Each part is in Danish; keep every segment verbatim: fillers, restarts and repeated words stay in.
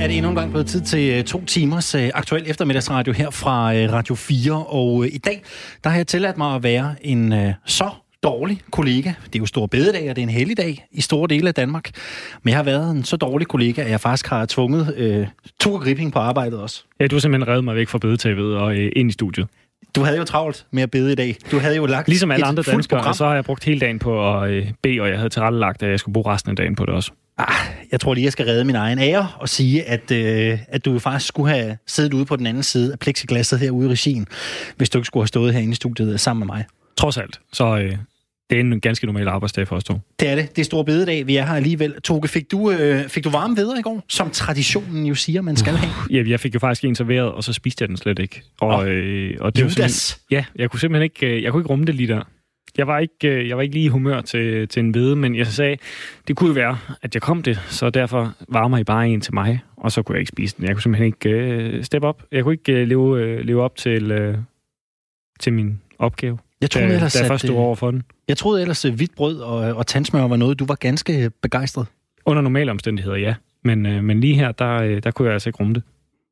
det endnu en gang blevet tid til to timers uh, aktuel eftermiddagsradio her fra uh, Radio fire, og uh, i dag der har jeg tilladt mig at være en uh, så dårlig kollega. Det er jo Store Bededag, og det er en helligdag i store dele af Danmark. Men jeg har været en så dårlig kollega, at jeg faktisk har tvunget uh, Thor Gripping på arbejdet også. Ja, du har simpelthen revet mig væk fra bedetaget og uh, ind i studiet. Du havde jo travlt med at bede i dag. Du havde jo lagt ligesom alle andre danskere, program. Og så har jeg brugt hele dagen på at øh, bede, og jeg havde tilrettelagt, at jeg skulle bruge resten af dagen på det også. Ah, jeg tror lige, jeg skal redde min egen ære og sige, at, øh, at du faktisk skulle have siddet ude på den anden side af plexiglasset herude i regien, hvis du ikke skulle have stået herinde i studiet sammen med mig. Trods alt, så øh, det er en ganske normal arbejdsdag for os to. Det er det. Det er Store Bededag. Vi er her alligevel. Toge, fik du, øh, fik du varme vædder i går, som traditionen jo siger, man skal have? Ja, jeg fik jo faktisk en serveret, og så spiste jeg den slet ikke. Og, øh, og det Judas! Ja, jeg kunne simpelthen ikke, jeg kunne ikke rumme det lige der. Jeg var ikke, jeg var ikke lige i humør til, til en hvede, men jeg sagde, det kunne jo være, at jeg kom det, så derfor varmer I bare en til mig, og så kunne jeg ikke spise den. Jeg kunne simpelthen ikke uh, steppe op. Jeg kunne ikke uh, leve, uh, leve op til, uh, til min opgave, jeg troede, da, ellers, da jeg at, først stod over for den. Jeg troede ellers, at hvidt brød og, og tandsmør var noget, du var ganske begejstret. Under normale omstændigheder, ja. Men, uh, men lige her, der, der kunne jeg altså ikke rumme det.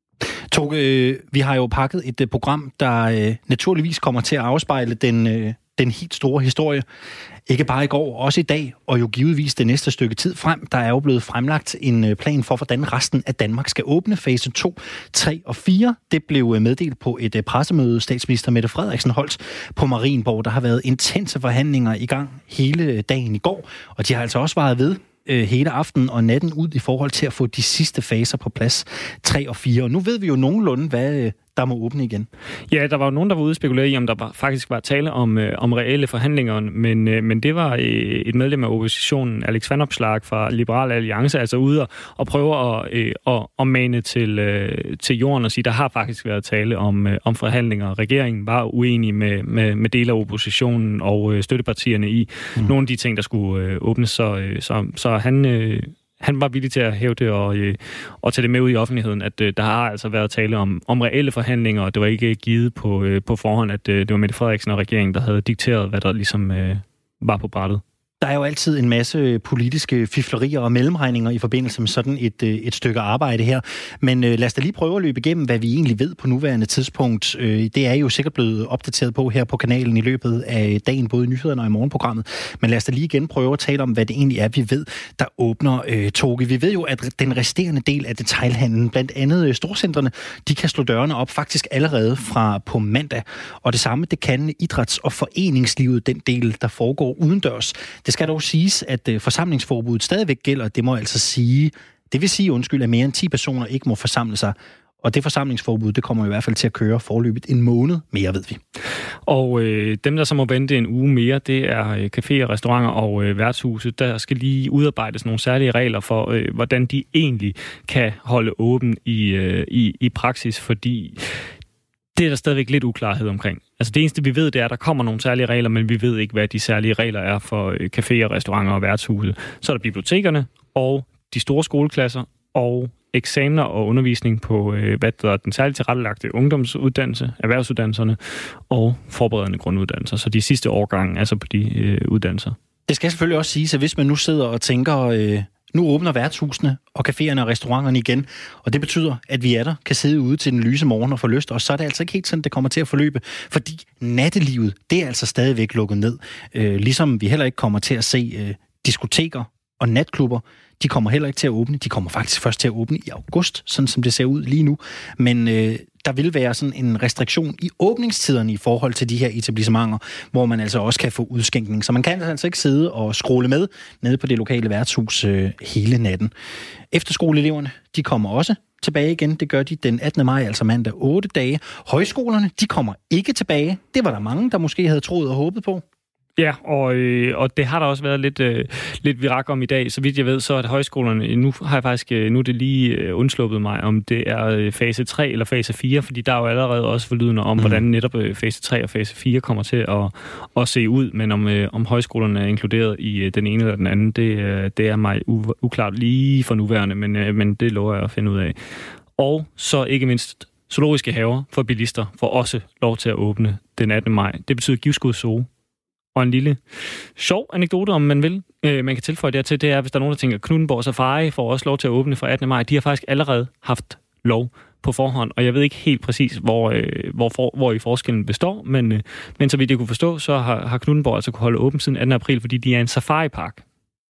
Toge, øh, vi har jo pakket et uh, program, der øh, naturligvis kommer til at afspejle den... Øh, den helt store historie. Ikke bare i går, også i dag, og jo givetvis det næste stykke tid frem. Der er jo blevet fremlagt en plan for, hvordan resten af Danmark skal åbne. Fase to, tre og fire. Det blev meddelt på et pressemøde, statsminister Mette Frederiksen holdt på Marienborg. Der har været intense forhandlinger i gang hele dagen i går, og de har altså også varet ved hele aftenen og natten ud i forhold til at få de sidste faser på plads, tre og fire. Og nu ved vi jo nogenlunde, hvad der må åbne igen. Ja, der var jo nogen, der var ude og spekulere i, om der var, faktisk var tale om, øh, om reelle forhandlinger, men, øh, men det var øh, et medlem af oppositionen, Alex Vanopslagh fra Liberal Alliance, altså ude og, og prøve at, øh, at, at mane til, øh, til jorden og sige, der har faktisk været tale om, øh, om forhandlinger. Regeringen var uenig med, med, med dele af oppositionen og øh, støttepartierne i mm. nogle af de ting, der skulle øh, åbnes, så, øh, så, så han... Øh, Han var villig til at hæve det og, øh, og tage det med ud i offentligheden, at øh, der har altså været tale om, om reelle forhandlinger, og det var ikke givet på, øh, på forhånd, at øh, det var Mette Frederiksen og regeringen, der havde dikteret, hvad der ligesom øh, var på brættet. Der er jo altid en masse politiske fiflerier og mellemregninger i forbindelse med sådan et, et stykke arbejde her. Men øh, lad os da lige prøve at løbe igennem, hvad vi egentlig ved på nuværende tidspunkt. Øh, det er jo sikkert blevet opdateret på her på kanalen i løbet af dagen, både i nyhederne og i morgenprogrammet. Men lad os da lige igen prøve at tale om, hvad det egentlig er, vi ved, der åbner øh, Toge. Vi ved jo, at den resterende del af detailhandlen, blandt andet øh, storcentrene, de kan slå dørene op faktisk allerede fra på mandag. Og det samme, det kan idræts- og foreningslivet, den del, der foregår udendørs. Det skal dog siges, at forsamlingsforbuddet stadigvæk gælder. Det må altså sige, det vil sige, undskyld, at mere end ti personer ikke må forsamle sig. Og det forsamlingsforbud, det kommer i hvert fald til at køre forløbet en måned mere, ved vi. Og øh, dem, der så må vente en uge mere, det er øh, caféer, restauranter og øh, værtshuse. Der skal lige udarbejdes nogle særlige regler for, øh, hvordan de egentlig kan holde åben i, øh, i, i praksis, fordi det er der stadigvæk lidt uklarhed omkring. Altså det eneste, vi ved, det er, at der kommer nogle særlige regler, men vi ved ikke, hvad de særlige regler er for caféer, restauranter og værtshuse. Så er der bibliotekerne og de store skoleklasser og eksamener og undervisning på hvad der er den særligt tilrettelagte ungdomsuddannelse, erhvervsuddannelserne og forberedende grunduddannelser. Så de sidste årgange, altså på de øh, uddannelser. Det skal selvfølgelig også siges, at hvis man nu sidder og tænker... Øh Nu åbner værtshusene og caféerne og restauranterne igen, og det betyder, at vi er der, kan sidde ude til den lyse morgen og få lyst, og så er det altså ikke helt sådan, det kommer til at forløbe, fordi nattelivet, det er altså stadigvæk lukket ned. Øh, ligesom vi heller ikke kommer til at se øh, diskoteker og natklubber, de kommer heller ikke til at åbne. De kommer faktisk først til at åbne i august, sådan som det ser ud lige nu. Men øh, der vil være sådan en restriktion i åbningstiderne i forhold til de her etablissementer, hvor man altså også kan få udskænkning. Så man kan altså ikke sidde og scrolle med nede på det lokale værtshus øh, hele natten. Efterskoleeleverne, de kommer også tilbage igen. Det gør de den attende maj, altså mandag otte dage. Højskolerne, de kommer ikke tilbage. Det var der mange, der måske havde troet og håbet på. Ja, og, øh, og det har der også været lidt, øh, lidt virak om i dag. Så vidt jeg ved, så at højskolerne, nu har jeg faktisk, nu er det lige øh, undsluppet mig, om det er fase tre eller fase fire, fordi der er jo allerede også forlydende om, mm. hvordan netop fase tre og fase fire kommer til at, at se ud, men om, øh, om højskolerne er inkluderet i øh, den ene eller den anden, det, øh, det er mig u- uklart lige for nuværende, men, øh, men det lover jeg at finde ud af. Og så ikke mindst zoologiske haver for bilister får også lov til at åbne den attende maj. Det betyder Givskud Zoo. Og en lille sjov anekdote, om man vil. øh, man kan tilføje dertil, det er, hvis der er nogen, der tænker, Knuthenborg Safari får også lov til at åbne fra attende maj. De har faktisk allerede haft lov på forhånd, og jeg ved ikke helt præcis, hvor, øh, hvor, for, hvor i forskellen består, men, øh, men så vidt jeg kunne forstå, så har, har Knuthenborg altså kunne holde åben siden anden april, fordi de er en safari-park.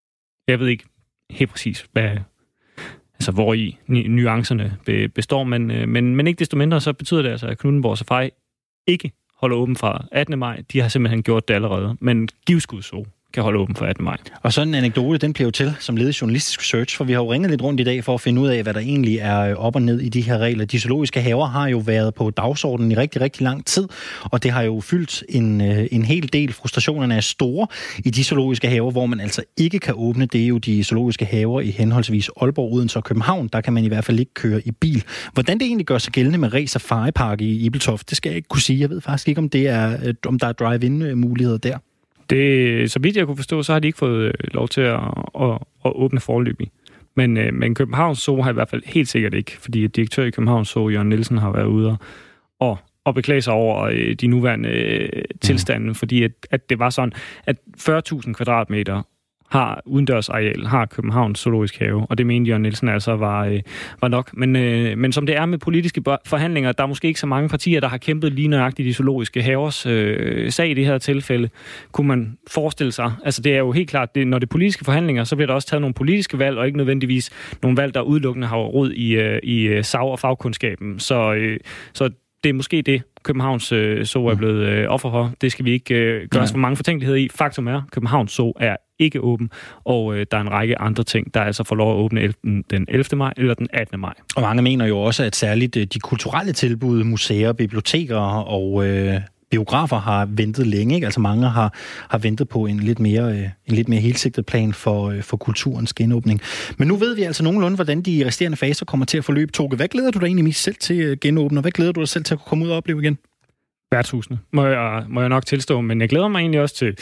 Jeg ved ikke helt præcis, hvad, altså hvor i nuancerne består, men, øh, men, men ikke desto mindre, så betyder det altså, at Knuthenborg Safari ikke holder åben fra attende maj. De har simpelthen gjort det allerede, men Givskud Zoo kan holde åben for attende maj. Og sådan en anekdote, den bliver jo til som led i journalistisk research, for vi har jo ringet lidt rundt i dag for at finde ud af, hvad der egentlig er op og ned i de her regler. De zoologiske haver har jo været på dagsordenen i rigtig, rigtig lang tid, og det har jo fyldt en, en hel del. Frustrationerne er store i de zoologiske haver, hvor man altså ikke kan åbne. Det er jo de zoologiske haver i henholdsvis Aalborg, Odense og København. Der kan man i hvert fald ikke køre i bil. Hvordan det egentlig gør sig gældende med Re Safari Park i Ebeltoft, det skal jeg ikke kunne sige. Jeg ved faktisk ikke, om, det er, om der er drive-in-muligheder der. Det, så vidt jeg kunne forstå, så har de ikke fået lov til at, at, at åbne foreløbig. Men, men Københavns Zoo har i hvert fald helt sikkert ikke, fordi direktør i Københavns Zoo, Jørgen Nielsen, har været ude og, og beklage sig over de nuværende øh, tilstande, mm. fordi at, at det var sådan, at fyrre tusind kvadratmeter har udendørsareal, har Københavns Zoologisk Have, og det mente Jørgen Nielsen altså var, øh, var nok. Men, øh, men som det er med politiske forhandlinger, der er måske ikke så mange partier, der har kæmpet lige nøjagtigt de zoologiske havers øh, sag i det her tilfælde, kunne man forestille sig. Altså det er jo helt klart, det, når det er politiske forhandlinger, så bliver der også taget nogle politiske valg, og ikke nødvendigvis nogle valg, der udelukkende har rod i, øh, i sag- og fagkundskaben. Så, øh, så det er måske det, Københavns øh, Zoo er blevet øh, offer for. Det skal vi ikke øh, gøre os for mange fortænkeligheder i. Faktum er, Københavns Zoo er ikke åben, og øh, der er en række andre ting, der altså får lov at åbne den ellevte maj eller den attende maj. Og mange mener jo også, at særligt de kulturelle tilbud, museer, biblioteker og øh, biografer har ventet længe. Ikke? Altså mange har, har ventet på en lidt mere, øh, en lidt mere helsigtet plan for, øh, for kulturens genåbning. Men nu ved vi altså nogenlunde, hvordan de resterende faser kommer til at forløbe. Toge, hvad glæder du dig egentlig mest selv til at genåbne, og hvad glæder du dig selv til at komme ud og opleve igen? Værtshusene, må jeg, må jeg nok tilstå, men jeg glæder mig egentlig også til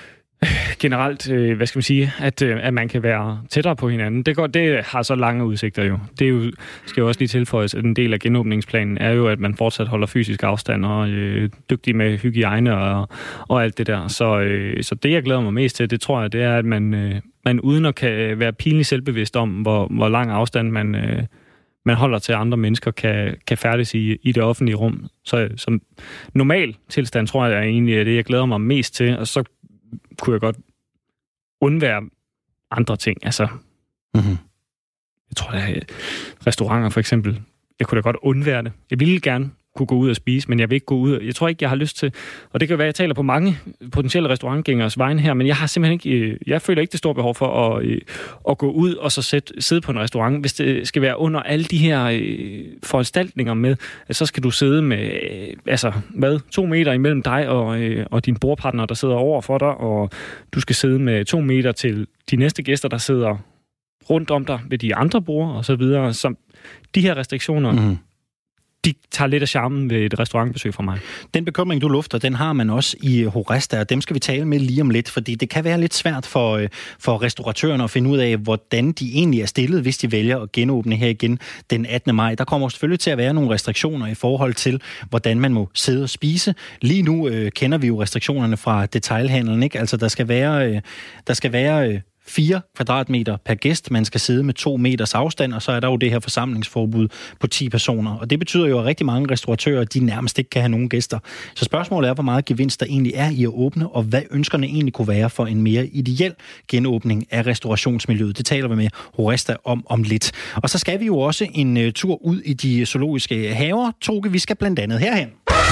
generelt, øh, hvad skal man sige, at, øh, at man kan være tættere på hinanden. Det, går, det har så lange udsigter jo. Det er jo, skal jo også lige tilføjes, at en del af genåbningsplanen er jo, at man fortsat holder fysisk afstand og øh, dygtig med hygiejne og, og alt det der. Så, øh, så det, jeg glæder mig mest til, det tror jeg, det er, at man, øh, man uden at kan være pinligt selvbevidst om, hvor, hvor lang afstand man, øh, man holder til andre mennesker, kan, kan færdes i, i det offentlige rum. Så som normal tilstand, tror jeg egentlig, er det, jeg glæder mig mest til. Og så kunne jeg godt undvære andre ting. Altså, mm-hmm. jeg tror, der er restauranter for eksempel. Jeg kunne da godt undvære det. Jeg ville gerne kunne gå ud og spise, men jeg vil ikke gå ud. Jeg tror ikke, jeg har lyst til, og det kan være, jeg taler på mange potentielle restaurantgængers vegne her, men jeg har simpelthen ikke, jeg føler ikke det store behov for at, at gå ud og så sætte, sidde på en restaurant. Hvis det skal være under alle de her foranstaltninger med, så skal du sidde med, altså, hvad, to meter imellem dig og, og din bordpartner, der sidder over for dig, og du skal sidde med to meter til de næste gæster, der sidder rundt om dig ved de andre borde, og så videre. Så de her restriktioner, mm. de tager lidt af charmen ved et restaurantbesøg fra mig. Den bekymring, du lufter, den har man også i Horesta, og dem skal vi tale med lige om lidt, fordi det kan være lidt svært for, for restauratørerne at finde ud af, hvordan de egentlig er stillet, hvis de vælger at genåbne her igen den attende maj. Der kommer selvfølgelig til at være nogle restriktioner i forhold til, hvordan man må sidde og spise. Lige nu øh, kender vi jo restriktionerne fra detailhandlen, ikke? Altså, der skal være, øh, der skal være øh, fire kvadratmeter per gæst. Man skal sidde med to meters afstand, og så er der jo det her forsamlingsforbud på ti personer. Og det betyder jo, at rigtig mange restauratører, de nærmest ikke kan have nogen gæster. Så spørgsmålet er, hvor meget gevinst der egentlig er i at åbne, og hvad ønskerne egentlig kunne være for en mere ideel genåbning af restaurationsmiljøet. Det taler vi med Horesta om om lidt. Og så skal vi jo også en uh, tur ud i de zoologiske haver. Toge, vi skal blandt andet herhen.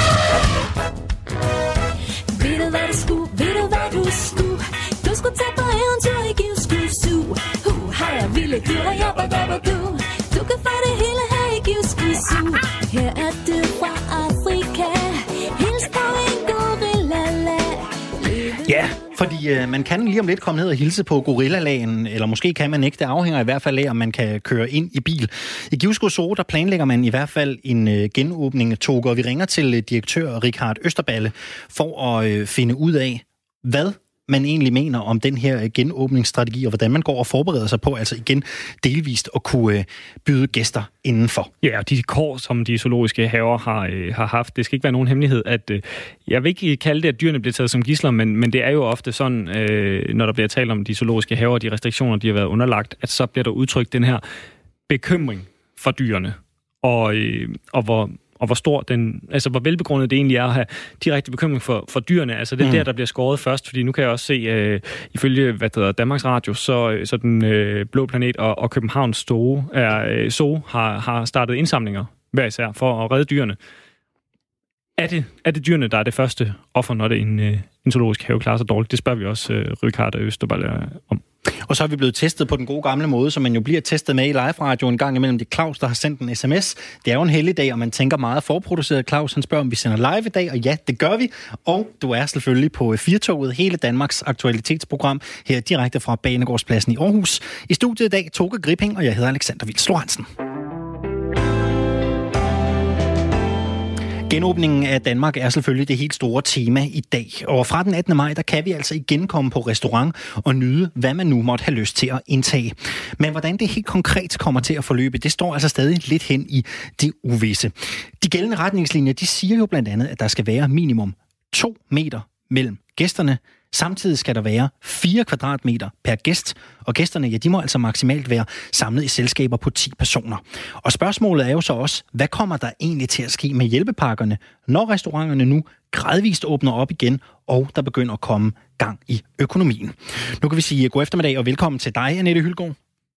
Ved du, hvad du skulle? Ved du, hvad du skulle? Du skulle tage på eventyr i Givskud Zoo. Hu, har jeg vilde dyr, og jeg var godt du. Du kan få det hele her i Givskud Zoo. Her er det fra Afrika. Hils på en gorilla. Ja, fordi øh, man kan lige om lidt komme ned og hilse på gorillalagen, eller måske kan man ikke. Det afhænger i hvert fald af, om man kan køre ind i bil. I Givskud Zoo, der planlægger man i hvert fald en øh, genåbning, Toge, og vi ringer til øh, direktør Richard Østerballe for at øh, finde ud af, hvad man egentlig mener om den her genåbningsstrategi, og hvordan man går og forbereder sig på, altså igen delvist at kunne øh, byde gæster indenfor. Ja, og de kår, som de zoologiske haver har, øh, har haft, det skal ikke være nogen hemmelighed, at øh, jeg vil ikke kalde det, at dyrene bliver taget som gidsler, men, men det er jo ofte sådan, øh, når der bliver talt om de zoologiske haver og de restriktioner, de har været underlagt, at så bliver der udtrykt den her bekymring for dyrene, og, øh, og hvor og hvor stor den, altså hvor velbegrundet det egentlig er at have direkte bekymring for, for dyrene. Altså det er mm. der, der bliver skåret først, fordi nu kan jeg også se, øh, ifølge hvad det hedder, Danmarks Radio, så, så den øh, Blå Planet og, og Københavns Zoo, er, øh, Zoo har, har startet indsamlinger hver især for at redde dyrene. Er det, er det dyrene, der er det første offer, når det en, øh, en zoologisk have klarer sig dårligt? Det spørger vi også øh, Richard Østerballe om. Og så er vi blevet testet på den gode gamle måde, som man jo bliver testet med i live-radio en gang imellem. Det er Claus, der har sendt en sms. Det er jo en helligdag, og man tænker meget forproduceret. Claus, han spørger, om vi sender live i dag, og ja, det gør vi. Og du er selvfølgelig på Firtoget, hele Danmarks aktualitetsprogram, her direkte fra Banegårdspladsen i Aarhus. I studiet i dag, Toke Gripping, og jeg hedder Alexander Vils Lorentzen. Genåbningen af Danmark er selvfølgelig det helt store tema i dag. Og fra den attende maj, der kan vi altså igen komme på restaurant og nyde, hvad man nu måtte have lyst til at indtage. Men hvordan det helt konkret kommer til at forløbe, det står altså stadig lidt hen i det uvisse. De gældende retningslinjer, de siger jo blandt andet, at der skal være minimum to meter mellem gæsterne. Samtidig skal der være fire kvadratmeter per gæst, og gæsterne, ja, de må altså maksimalt være samlet i selskaber på ti personer. Og spørgsmålet er jo så også, hvad kommer der egentlig til at ske med hjælpepakkerne, når restauranterne nu gradvist åbner op igen, og der begynder at komme gang i økonomien. Nu kan vi sige god eftermiddag og velkommen til dig, Annette Hyldgaard.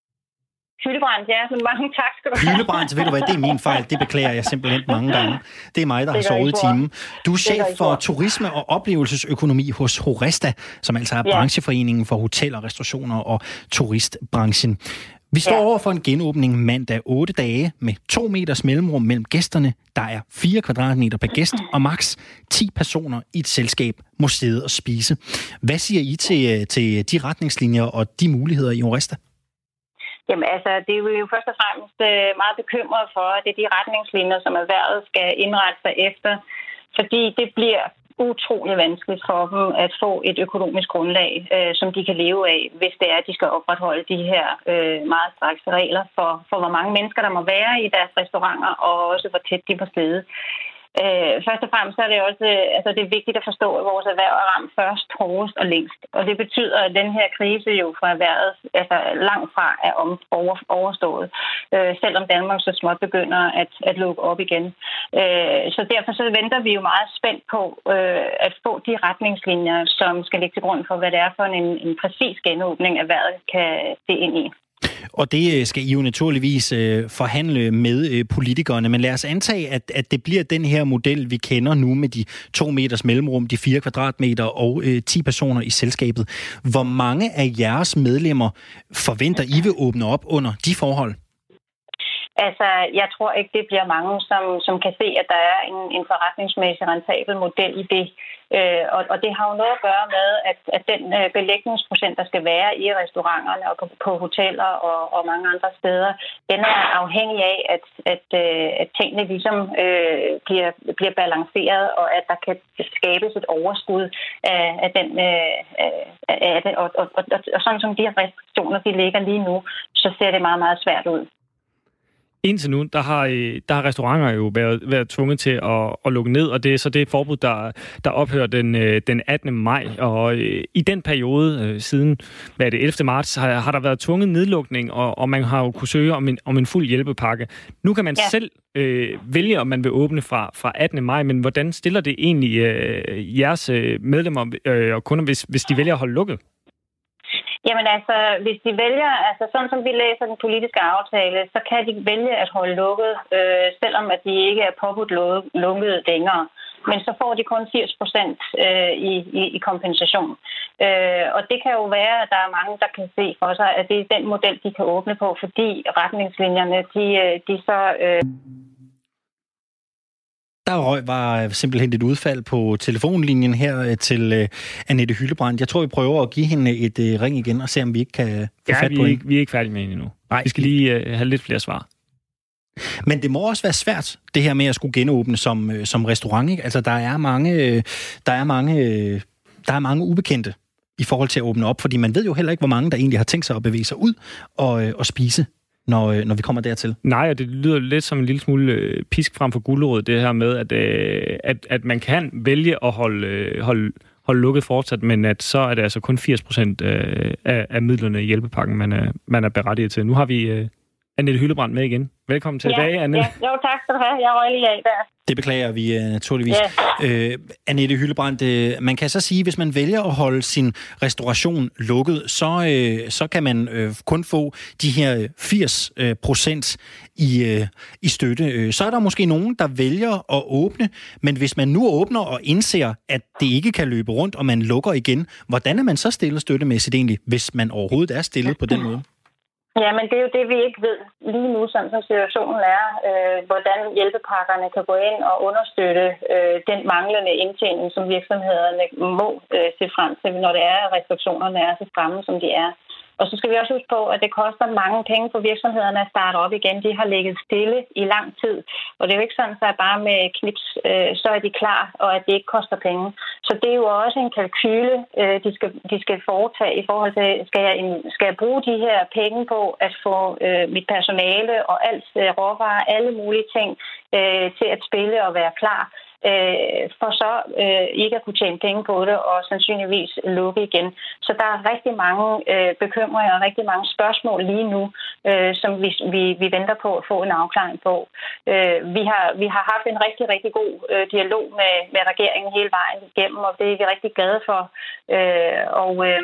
Hyldebrand, ja. Så mange tak skal du have. Hyldebrand, ved du hvad, det er min fejl. Det beklager jeg simpelthen mange gange. Det er mig, der har sovet i timen. Du er chef for turisme- og oplevelsesøkonomi hos Horesta, som altså er brancheforeningen for hoteller, restaurationer og turistbranchen. Vi står ja. over for en genåbning mandag otte dage med to meters mellemrum mellem gæsterne. Der er fire kvadratmeter per gæst, og maks ti personer i et selskab må sidde og spise. Hvad siger I til, til de retningslinjer og de muligheder i Horesta? Jamen altså, det er jo først og fremmest meget bekymret for, at det er de retningslinjer, som erhvervet skal indrette sig efter, fordi det bliver utrolig vanskeligt for dem at få et økonomisk grundlag, øh, som de kan leve af, hvis det er, at de skal opretholde de her øh, meget straks regler for, for, hvor mange mennesker der må være i deres restauranter, og også hvor tæt de må sidde. Øh, først og fremmest er det også altså det er vigtigt at forstå, at vores erhverv er ramt først, hårdest og længst. Og det betyder, at den her krise jo fra erhvervet altså langt fra er om, over, overstået, øh, selvom Danmark så småt begynder at, at lukke op igen. Øh, så derfor så venter vi jo meget spændt på øh, at få de retningslinjer, som skal ligge til grund for, hvad det er for en, en præcis genåbning, erhvervet kan se ind i. Og det skal I jo naturligvis øh, forhandle med øh, politikerne, men lad os antage, at, at det bliver den her model, vi kender nu med de to meters mellemrum, de fire kvadratmeter og øh, ti personer i selskabet. Hvor mange af jeres medlemmer forventer I vil åbne op under de forhold? Altså, jeg tror ikke, det bliver mange, som, som kan se, at der er en, en forretningsmæssig rentabel model i det. Øh, og, og det har jo noget at gøre med, at, at den øh, belægningsprocent, der skal være i restauranterne og på, på hoteller og, og mange andre steder, den er afhængig af, at, at, øh, at tingene ligesom øh, bliver, bliver balanceret, og at der kan skabes et overskud af, af den øh, af det. Og, og, og, og sådan som de her restriktioner, de ligger lige nu, så ser det meget, meget svært ud. Indtil nu, der har, der har restauranter jo været, været tvunget til at, at lukke ned, og det er så det forbud, der, der ophører den, den attende maj. Og i den periode, siden hvad er det, ellevte marts, har, har der været tvunget nedlukning, og, og man har jo kunne søge om en, om en fuld hjælpepakke. Nu kan man ja. selv øh, vælge, om man vil åbne fra, fra attende maj, men hvordan stiller det egentlig øh, jeres medlemmer øh, og kunder, hvis, hvis de vælger at holde lukket? Jamen altså, hvis de vælger, altså sådan som vi læser den politiske aftale, så kan de vælge at holde lukket, øh, selvom at de ikke er påbudt lukket længere. Men så får de kun firs procent øh, i, i, i kompensation. Øh, og det kan jo være, at der er mange, der kan se for sig, at det er den model, de kan åbne på, fordi retningslinjerne, de, de så... Øh Der røg var simpelthen et udfald på telefonlinjen her til uh, Annette Hyldebrand. Jeg tror, vi prøver at give hende et uh, ring igen og se, om vi ikke kan få ja, fat vi på hende. Ikke, vi er ikke færdige med hende endnu. Nej, vi skal lige uh, have lidt flere svar. Men det må også være svært, det her med at skulle genåbne som, uh, som restaurant, ikke? Altså, der er mange, uh, der er mange, uh, der er mange ubekendte i forhold til at åbne op? Fordi man ved jo heller ikke, hvor mange der egentlig har tænkt sig at bevæge sig ud og, øh, og spise, når, når vi kommer dertil. Nej, og det lyder lidt som en lille smule øh, pisk frem for gulerod, det her med, at, øh, at, at man kan vælge at holde, øh, holde, holde lukket fortsat, men at så er det altså kun firs procent øh, af, af midlerne i hjælpepakken, man er, man er berettiget til. Nu har vi øh, Annette Hyllebrand med igen. Velkommen til ja, dag, Annette. Ja, jo, tak skal du have. Jeg røg lige af der. Det beklager vi uh, naturligvis. Yeah. Øh, Annette Hyllebrand, øh, man kan så sige, hvis man vælger at holde sin restauration lukket, så, øh, så kan man øh, kun få de her firs procent i, øh, i støtte. Så er der måske nogen, der vælger at åbne, men hvis man nu åbner og indser, at det ikke kan løbe rundt, og man lukker igen, hvordan er man så stillet støttemæssigt egentlig, hvis man overhovedet er stillet på den måde? Ja, men det er jo det, vi ikke ved lige nu, sådan som situationen er, øh, hvordan hjælpepakkerne kan gå ind og understøtte øh, den manglende indtjening, som virksomhederne må øh, se frem til, når det er, restriktionerne er så stramme, som de er. Og så skal vi også huske på, at det koster mange penge for virksomhederne at starte op igen. De har ligget stille i lang tid. Og det er jo ikke sådan, at bare med knips, øh, så er de klar, og at det ikke koster penge. Så det er jo også en kalkyle, øh, de, skal, de skal foretage i forhold til, skal jeg, skal jeg bruge de her penge på at få øh, mit personale og alt øh, råvarer, alle mulige ting øh, til at spille og være klar. Øh, for så øh, ikke at kunne tjene penge på det og sandsynligvis lukke igen. Så der er rigtig mange øh, bekymringer og rigtig mange spørgsmål lige nu, øh, som vi, vi, vi venter på at få en afklaring på. Øh, vi, har, vi har haft en rigtig, rigtig god øh, dialog med, med regeringen hele vejen igennem, og det er vi rigtig glade for. Øh, og øh,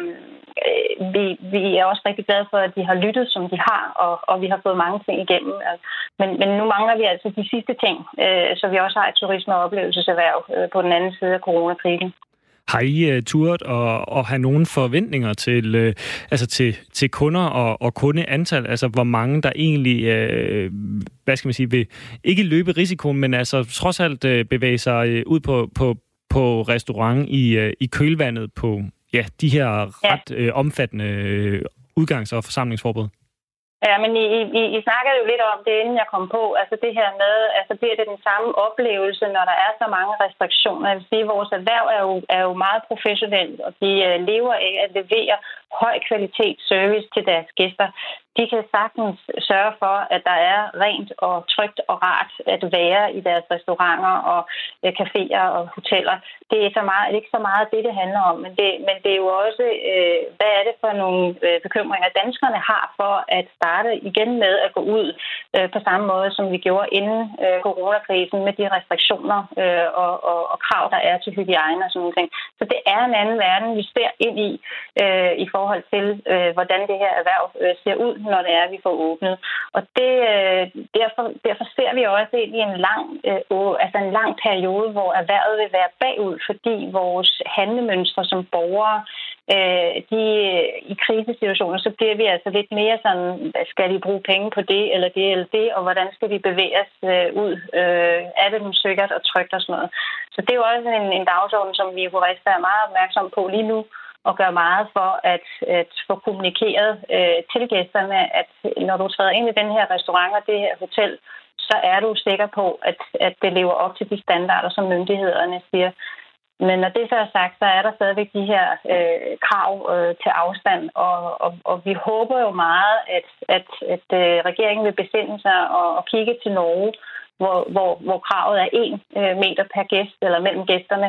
vi, vi er også rigtig glade for, at de har lyttet, som de har, og, og vi har fået mange ting igennem. Men, men nu mangler vi altså de sidste ting, øh, så vi også har et turisme- og oplevelseserhverv øh, på den anden side af coronakrisen. Har I uh, turet at, at have nogle forventninger til, uh, altså til, til kunder og, og kundeantal? Altså hvor mange der egentlig, uh, hvad skal man sige, vil ikke løbe risiko, men altså trods alt uh, bevæge sig uh, ud på, på, på restaurant i, uh, i kølvandet på ja, de her ret uh, omfattende uh, udgangs- og forsamlingsforbud? Ja, men I, I, I snakkede jo lidt om det, inden jeg kom på. Altså det her med, altså bliver det den samme oplevelse, når der er så mange restriktioner. Jeg vil sige, at vores erhverv er jo, er jo meget professionelt, og de uh, lever af at levere høj kvalitet service til deres gæster. De kan sagtens sørge for, at der er rent og trygt og rart at være i deres restauranter og øh, caféer og hoteller. Det er, så meget, det er ikke så meget det, det handler om, men det, men det er jo også, øh, hvad er det for nogle øh, bekymringer, danskerne har for at starte igen med at gå ud øh, på samme måde, som vi gjorde inden øh, coronakrisen med de restriktioner øh, og, og, og krav, der er til hygiejne og sådan noget. Så det er en anden verden, vi ser ind i, øh, i forhold til, øh, hvordan det her erhverv øh, ser ud, når det er, vi får åbnet. Og det, øh, derfor, derfor ser vi også ind i en lang, øh, altså en lang periode, hvor erhvervet vil være bagud, fordi vores handlemønstre som borgere, øh, de, i krisesituationer, så bliver vi altså lidt mere sådan, skal de bruge penge på det, eller det, eller det, og hvordan skal vi bevæge os øh, ud? Øh, er det nu sikkert og trygt og sådan noget? Så det er jo også en, en dagsorden, som vi i Horesta er meget opmærksom på lige nu, og gør meget for at, at få kommunikeret øh, til gæsterne, at når du træder ind i den her restaurant og det her hotel, så er du sikker på, at, at det lever op til de standarder, som myndighederne siger. Men når det så er sagt, så er der stadigvæk de her øh, krav øh, til afstand, og, og, og vi håber jo meget, at, at, at øh, regeringen vil besinde sig og, og kigge til Norge, Hvor, hvor, hvor kravet er en øh, meter per gæst, eller mellem gæsterne.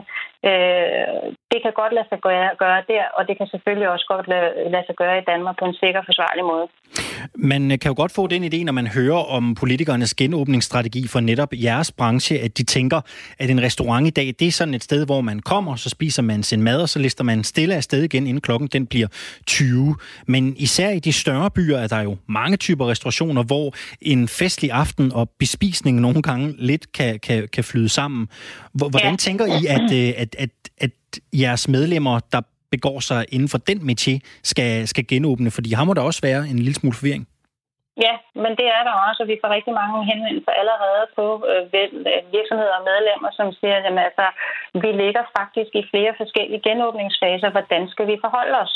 Øh, det kan godt lade sig gøre, gøre der, og det kan selvfølgelig også godt lade, lade sig gøre i Danmark på en sikker og forsvarlig måde. Man kan jo godt få den idé, når man hører om politikernes genåbningsstrategi for netop jeres branche, at de tænker, at en restaurant i dag, det er sådan et sted, hvor man kommer, så spiser man sin mad, og så lister man stille afsted igen, inden klokken den bliver tyve. Men især i de større byer er der jo mange typer restaurationer, hvor en festlig aften og bespisning nogle gange lidt kan, kan, kan flyde sammen. Hvordan ja. tænker I, at, at, at, at jeres medlemmer, der begår sig inden for den métier, skal, skal genåbne? Fordi her må der også være en lille smule forvirring. Ja, men det er der også, og vi får rigtig mange henvendelser allerede på øh, virksomheder og medlemmer, som siger, at altså, vi ligger faktisk i flere forskellige genåbningsfaser. Hvordan skal vi forholde os?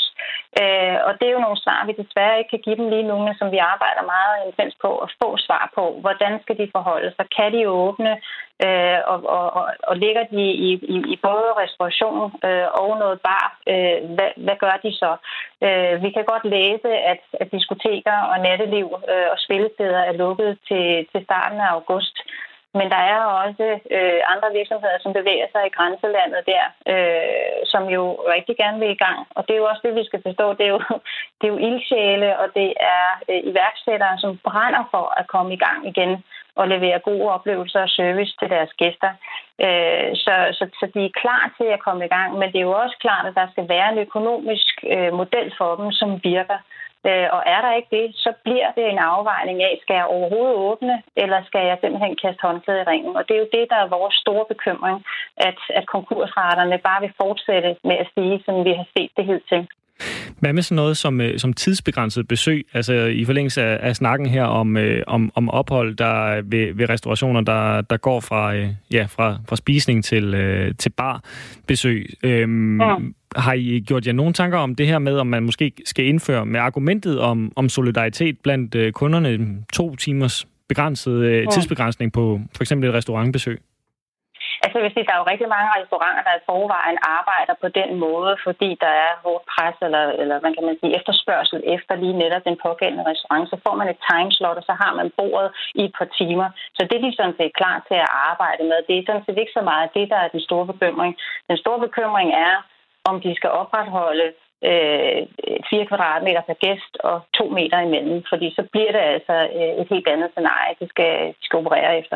Øh, og det er jo nogle svar, vi desværre ikke kan give dem lige nu, men som vi arbejder meget intens på at få svar på. Hvordan skal de forholde sig? Kan de åbne? Øh, og, og, og, og ligger de i, i, i både restauration øh, og noget bar? Øh, hvad, hvad gør de så? Øh, vi kan godt læse, at, at diskoteker og natteliv øh, og spillesteder er lukket til, til starten af august. Men der er også øh, andre virksomheder, som bevæger sig i grænselandet der, øh, som jo rigtig gerne vil i gang. Og det er jo også det, vi skal forstå. Det er jo, det er jo ildsjæle, og det er øh, iværksættere, som brænder for at komme i gang igen og levere gode oplevelser og service til deres gæster. Øh, så, så, så de er klar til at komme i gang. Men det er jo også klart, at der skal være en økonomisk øh, model for dem, som virker. Og er der ikke det, så bliver det en afvejning af, skal jeg overhovedet åbne, eller skal jeg simpelthen kaste håndklædet i ringen? Og det er jo det, der er vores store bekymring, at, at konkursraterne bare vil fortsætte med at stige, som vi har set det hidtil. Hvad med sådan noget som, som tidsbegrænset besøg? Altså i forlængelse af, af snakken her om, øh, om, om ophold der ved, ved restaurationer, der, der går fra, øh, ja, fra, fra spisning til, øh, til barbesøg. Øhm, ja. Har I gjort jer nogle tanker om det her med, om man måske skal indføre med argumentet om, om solidaritet blandt øh, kunderne to timers begrænset øh, ja. tidsbegrænsning på for eksempel et restaurantbesøg? Altså, jeg vil sige, der er jo rigtig mange restauranter, der i forvejen arbejder på den måde, fordi der er hårdt pres, eller, eller man kan man sige, efterspørgsel efter lige netop den pågældende restaurant. Så får man et timeslot, og så har man bordet i et par timer. Så det er de sådan set klar til at arbejde med. Det er sådan set ikke så meget det, der er den store bekymring. Den store bekymring er, om de skal opretholde øh, fire kvadratmeter per gæst og to meter imellem. Fordi så bliver det altså et helt andet scenarie, de skal, de skal operere efter.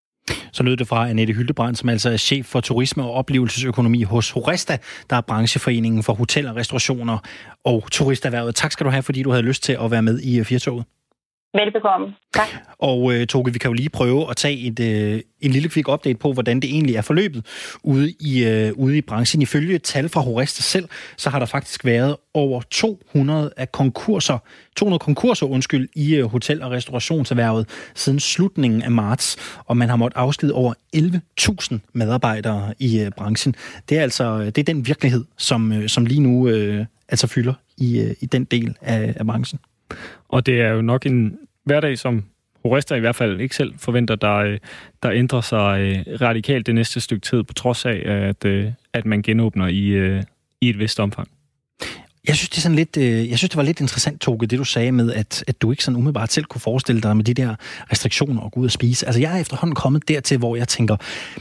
Så lød det fra Annette Hyldebrand, som altså er chef for turisme og oplevelsesøkonomi hos Horesta, der er brancheforeningen for hotel- og restaurationer og turisterhvervet. Tak skal du have, fordi du havde lyst til at være med i Firtoget. Velbekomme. Tak. Og uh, Toge, vi kan jo lige prøve at tage et, uh, en lille quick update på, hvordan det egentlig er forløbet ude i, uh, ude i branchen. Ifølge tal fra Horesta selv, så har der faktisk været over to hundrede af konkurser, to hundrede konkurser undskyld, i uh, hotel- og restaurationserhvervet siden slutningen af marts, og man har måttet afskedige over elleve tusind medarbejdere i uh, branchen. Det er altså det er den virkelighed, som, uh, som lige nu uh, altså fylder i, uh, i den del af, af branchen. Og det er jo nok en hverdag, som Horesta i hvert fald ikke selv forventer, der, der ændrer sig radikalt det næste stykke tid, på trods af, at, at man genåbner i, i et vist omfang. Jeg synes, det er sådan lidt, jeg synes, det var lidt interessant, Toge, det du sagde med, at, at du ikke sådan umiddelbart selv kunne forestille dig med de der restriktioner og gå ud og spise. Altså, jeg er efterhånden kommet dertil, hvor jeg tænker,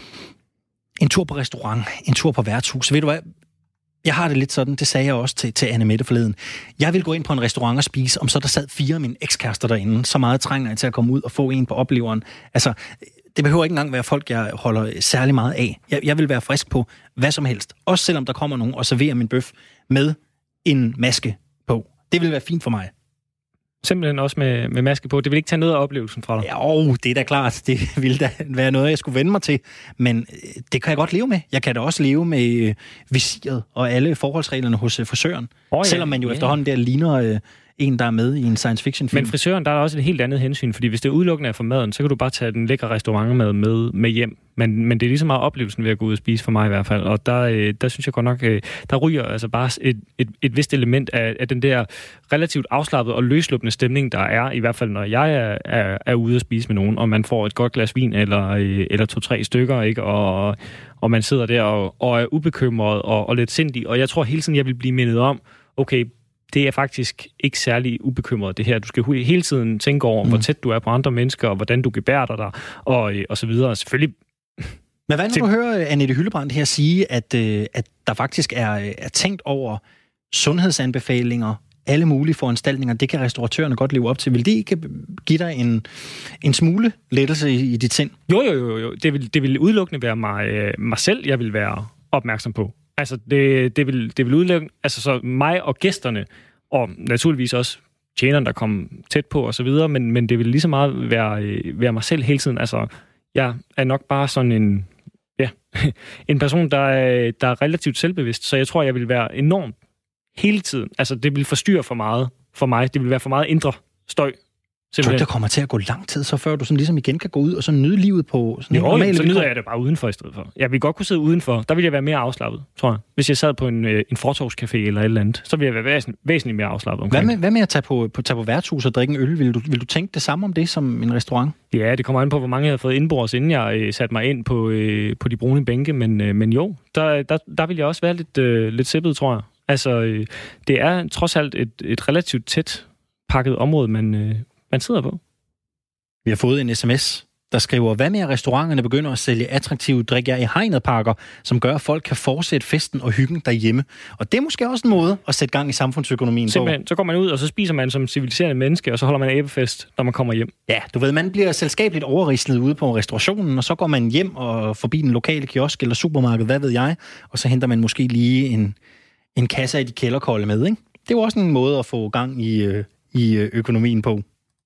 en tur på restaurant, en tur på værtshus, ved du hvad? Jeg har det lidt sådan, det sagde jeg også til, til Anne Mette forleden. Jeg vil gå ind på en restaurant og spise, om så der sad fire af mine ekskærester derinde. Så meget trænger jeg til at komme ud og få en på opleveren. Altså, det behøver ikke engang være folk, jeg holder særlig meget af. Jeg, jeg vil være frisk på hvad som helst. Også selvom der kommer nogen og serverer min bøf med en maske på. Det vil være fint for mig. Simpelthen også med, med maske på. Det vil ikke tage noget af oplevelsen fra dig? Ja, åh, det er da klart. Det ville da være noget, jeg skulle vende mig til. Men det kan jeg godt leve med. Jeg kan da også leve med øh, visiret og alle forholdsreglerne hos øh, frisøren. Oh, ja. Selvom man jo ja. efterhånden der ligner øh, en, der er med i en science fiction film. Men frisøren, der er der også et helt andet hensyn. Fordi hvis det er udelukkende af for maden, så kan du bare tage den lækre restaurantmad med, med hjem. Men, men det er lige så meget oplevelsen ved at gå ud og spise for mig i hvert fald. Og der, øh, der synes jeg godt nok, øh, der ryger altså bare et, et, et vist element af, af den der relativt afslappede og løsluppende stemning, der er, i hvert fald når jeg er, er, er ude at spise med nogen, og man får et godt glas vin eller, øh, eller to-tre stykker, ikke? Og, og man sidder der og, og er ubekymret og, og lidt sindig. Og jeg tror hele tiden, jeg vil blive mindet om, okay, det er faktisk ikke særlig ubekymret, det her. Du skal hele tiden tænke over, mm. hvor tæt du er på andre mennesker, og hvordan du gebærder dig, og, og så videre. Selvfølgelig. Men hvad når du hører Annette Hyldebrand her sige, at, at der faktisk er, er tænkt over sundhedsanbefalinger, alle mulige foranstaltninger, det kan restauratørerne godt leve op til. Vil det ikke give dig en, en smule lettelse i, i dit sind? Jo, jo, jo. jo. Det, vil, det vil udelukkende være mig, mig selv, jeg vil være opmærksom på. Altså, det, det, vil, det vil udelukke, altså så mig og gæsterne, og naturligvis også tjeneren, der kommer tæt på og så videre, men, men det vil lige så meget være, være mig selv hele tiden. Altså, jeg er nok bare sådan en, ja, en person, der er, der er relativt selvbevidst, så jeg tror, jeg vil være enormt hele tiden. Altså, det vil forstyrre for meget for mig. Det vil være for meget indre støj Jeg tror ikke, der kommer til at gå lang tid, så før du sådan ligesom igen kan gå ud og så nyde livet på sådan jo, normale så nyder jeg det bare udenfor i stedet for. Jeg vil godt kunne sidde udenfor. Der ville jeg være mere afslappet, tror jeg. Hvis jeg sad på en, en fortovscafé eller et eller andet, så ville jeg være væsentligt, væsentligt mere afslappet omkring. Hvad med, hvad med at tage på, på, tage på værtshus og drikke en øl? Vil du, vil du tænke det samme om det som en restaurant? Ja, det kommer an på, hvor mange jeg havde fået indbords, inden jeg øh, satte mig ind på, øh, på de brune bænke. Men, øh, men jo, der, der, der vil jeg også være lidt, øh, lidt sippet, tror jeg. Altså, øh, det er trods alt et, et relativt tæt pakket område, man, øh, man sidder på. Vi har fået en sms, der skriver, hvad med at restauranterne begynder at sælge attraktive drikker i hegnet pakker, som gør, at folk kan fortsætte festen og hyggen derhjemme. Og det er måske også en måde at sætte gang i samfundsøkonomien på. Simpelthen, så går man ud, og så spiser man som civiliserende menneske, og så holder man æbefest, når man kommer hjem. Ja, du ved, man bliver selskabeligt overrislet ude på restaurationen, og så går man hjem og forbi den lokale kiosk eller supermarked, hvad ved jeg, og så henter man måske lige en, en kasse af de kælderkolde med, ikke? Det er jo også en måde at få gang i, øh, i økonomien på.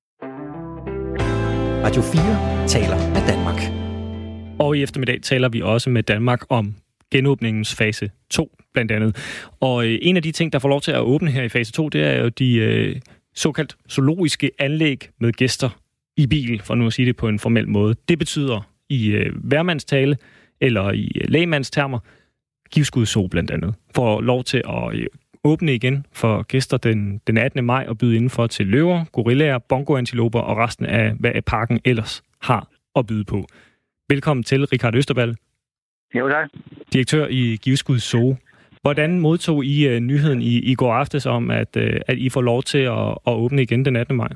Radio fire taler med Danmark. Og i eftermiddag taler vi også med Danmark om genåbningens fase to, blandt andet. Og øh, en af de ting, der får lov til at åbne her i fase to, det er jo de øh, såkaldt zoologiske anlæg med gæster i bil, for nu at sige det på en formel måde. Det betyder i øh, værmandstale, eller i øh, lægmandstermer, Givskud Zoo blandt andet, får lov til at øh, åbne igen for gæster den, den attende maj og byde indenfor til løver, gorillaer, bongoantiloper og resten af, hvad parken ellers har at byde på. Velkommen til, Richard Østerballe. Jo, tak. Direktør i Givskud Zoo. Hvordan modtog I uh, nyheden i, i går aftes om, at, uh, at I får lov til at, at åbne igen den attende maj?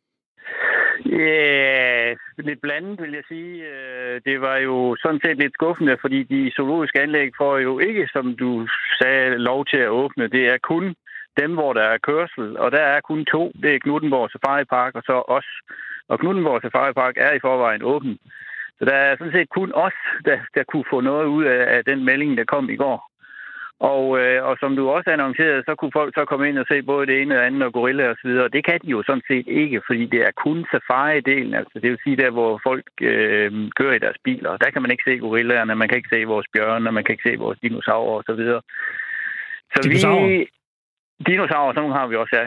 Ja, lidt blandet, vil jeg sige. Det var jo sådan set lidt skuffende, fordi de zoologiske anlæg får jo ikke, som du sagde, lov til at åbne. Det er kun dem, hvor der er kørsel, og der er kun to. Det er Knuthenborg Safari Park og så os. Og Knuthenborg Safari Park er i forvejen åben. Så der er sådan set kun os, der, der kunne få noget ud af, af den melding, der kom i går. Og, øh, og som du også annoncerede, så kunne folk så komme ind og se både det ene og andet og gorilla og så videre. Det kan de jo sådan set ikke, fordi det er kun safari-delen. Altså det vil sige der, hvor folk øh, kører i deres biler. Der kan man ikke se gorillaerne, man kan ikke se vores bjørne, man kan ikke se vores dinosaurer og så videre. Så dinosaurer? vi... Dinosaurer, sådan har vi også, ja.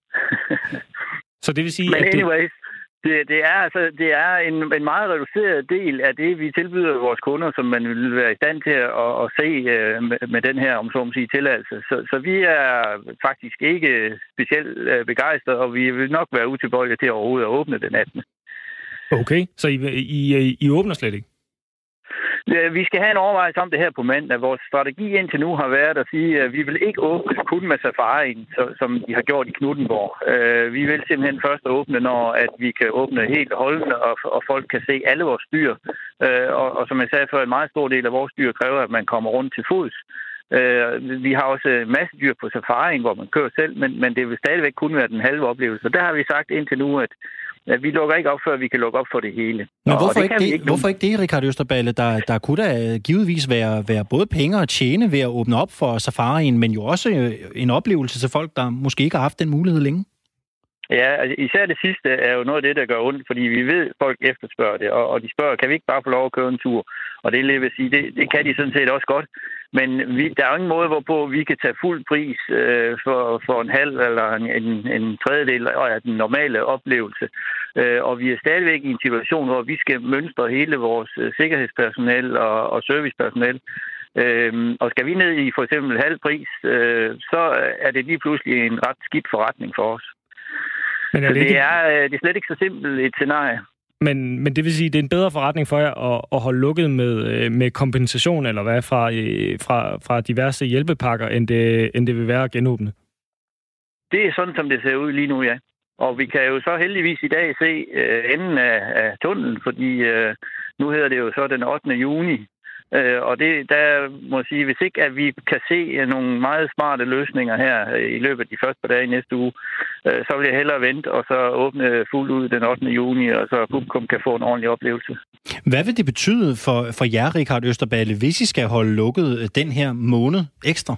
Så det vil sige, Men at anyways, det, det er altså det er en, en meget reduceret del af det, vi tilbyder vores kunder, som man vil være i stand til at, at se uh, med, med den her, om så må sige, tilladelse. Så, så vi er faktisk ikke specielt uh, begejstrede, og vi vil nok være utilbøjelige til overhovedet at åbne den attende Okay, så I, I, I åbner slet ikke? Vi skal have en overvejelse om det her på mandag. Vores strategi indtil nu har været at sige, at vi vil ikke åbne kun med safarien, som de har gjort i Knuthenborg. Vi vil simpelthen først åbne, når at vi kan åbne helt holdende, og, og folk kan se alle vores dyr. Og, og som jeg sagde før, en meget stor del af vores dyr kræver, at man kommer rundt til fods. Vi har også en masse dyr på safarien, hvor man kører selv, men, men det vil stadigvæk kun være den halve oplevelse. Og der har vi sagt indtil nu, at Ja, vi lukker ikke op, før vi kan lukke op for det hele. Men hvorfor, det ikke det, ikke hvorfor ikke det, Richard Østerballe? Der, der kunne da givetvis være, være både penge og tjene ved at åbne op for safarien, men jo også en oplevelse til folk, der måske ikke har haft den mulighed længe. Ja, altså især det sidste er jo noget af det, der gør ondt, fordi vi ved, at folk efterspørger det, og, og de spørger, kan vi ikke bare få lov at køre en tur? Og det vil sige, det, det kan de sådan set også godt. Men vi, der er jo ingen måde, hvorpå vi kan tage fuld pris øh, for, for en halv eller en, en, en tredjedel af den normale oplevelse. Øh, og vi er stadigvæk i en situation, hvor vi skal mønstre hele vores øh, sikkerhedspersonel og, og servicepersonel. Øh, og skal vi ned i for eksempel halv pris, øh, så er det lige pludselig en ret skidt forretning for os. Men er det, så det, ikke... er, det er slet ikke så simpelt et scenarie. Men, men det vil sige, at det er en bedre forretning for jer at, at holde lukket med, med kompensation eller hvad fra, fra, fra diverse hjælpepakker, end det, end det vil være at genåbne? Det er sådan, som det ser ud lige nu, ja. Og vi kan jo så heldigvis i dag se uh, enden af, af tunnelen, fordi uh, nu hedder det jo så den ottende juni. Uh, og det, der må jeg sige, hvis ikke at vi kan se nogle meget smarte løsninger her i løbet af de første par dage i næste uge, uh, så vil jeg hellere vente og så åbne fuldt ud den ottende juni, og så publikum kan få en ordentlig oplevelse. Hvad vil det betyde for, for jer, Richard Østerballe, hvis I skal holde lukket den her måned ekstra?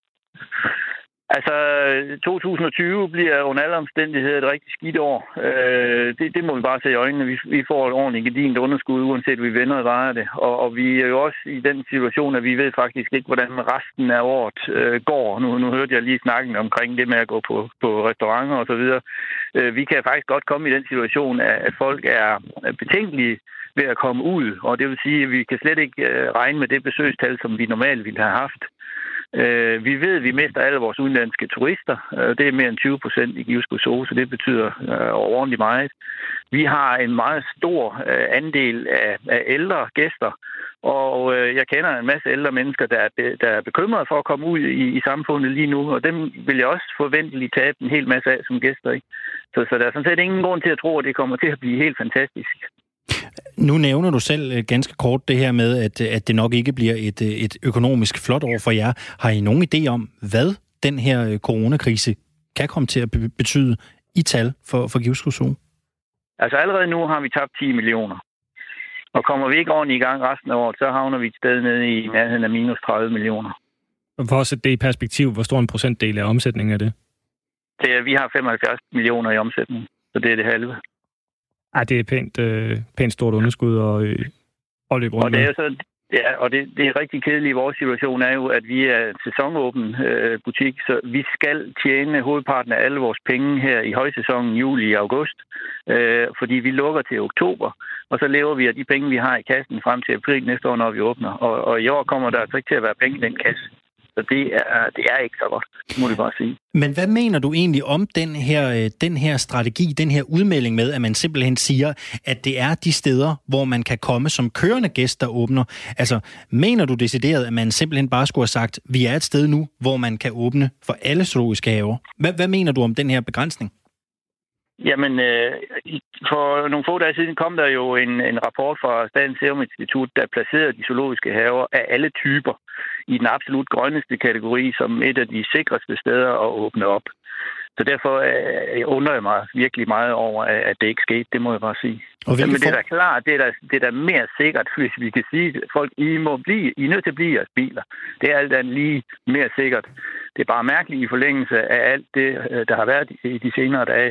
Altså, to tusind og tyve bliver under alle omstændigheder et rigtig skidt år. Øh, det, det må vi bare se i øjnene. Vi, vi får et ordentligt gedint underskud, uanset vi vender og drejer det. Og, og vi er jo også i den situation, at vi ved faktisk ikke, hvordan resten af året øh, går. Nu, nu hørte jeg lige snakken omkring det med at gå på, på restauranter og så videre. Øh, vi kan faktisk godt komme i den situation, at folk er betænkelige ved at komme ud, og det vil sige, at vi kan slet ikke regne med det besøgstal, som vi normalt ville have haft. Øh, vi ved, at vi mister alle vores udenlandske turister. Øh, det er mere end tyve procent i Givskud Zoo, så det betyder øh, ordentligt meget. Vi har en meget stor øh, andel af, af ældre gæster, og øh, jeg kender en masse ældre mennesker, der er, der er bekymrede for at komme ud i, i samfundet lige nu, og dem vil jeg også forventeligt tabe en hel masse af som gæster. Ikke? Så, så der er sådan set ingen grund til at tro, at det kommer til at blive helt fantastisk. Nu nævner du selv ganske kort det her med, at, at det nok ikke bliver et, et økonomisk flot år for jer. Har I nogen idé om, hvad den her coronakrise kan komme til at betyde i tal for, for Givskud Zoo? Altså allerede nu har vi tabt ti millioner. Og kommer vi ikke ordentligt i gang resten af året, så havner vi et sted nede i nærheden af minus tredive millioner. For at sætte det i perspektiv, hvor stor en procentdel af omsætningen er det? Det er, vi har femoghalvfjerds millioner i omsætning, så det er det halve. Ej, det er pænt, øh, pænt stort underskud og, øh, og løb rundt. Og det er så, ja, og det, det er rigtig kedeligt i vores situation er jo, at vi er sæsonåben øh, butik, så vi skal tjene hovedparten af alle vores penge her i højsæsonen, juli og august, øh, fordi vi lukker til oktober, og så lever vi af de penge, vi har i kassen frem til april næste år, når vi åbner. Og, og i år kommer der altså ikke til at være penge i den kasse. Så det er, det er ikke så godt, må det bare sige. Men hvad mener du egentlig om den her, den her strategi, den her udmelding med, at man simpelthen siger, at det er de steder, hvor man kan komme som kørende gæst, der åbner? Altså, mener du decideret, at man simpelthen bare skulle have sagt, vi er et sted nu, hvor man kan åbne for alle zoologiske haver? Hvad, hvad mener du om den her begrænsning? Jamen, øh, for nogle få dage siden kom der jo en, en rapport fra Statens Serum Institut, der placerede de zoologiske haver af alle typer i den absolut grønneste kategori som et af de sikreste steder at åbne op. Så derfor øh, undrer jeg mig virkelig meget over, at det ikke skete. Det må jeg bare sige. Men det er da klart, det er da, det er da mere sikkert, hvis vi kan sige, at folk, I må blive, I er nødt til at blive jeres biler. Det er alt andet lige mere sikkert. Det er bare mærkeligt i forlængelse af alt det, der har været i de senere dage.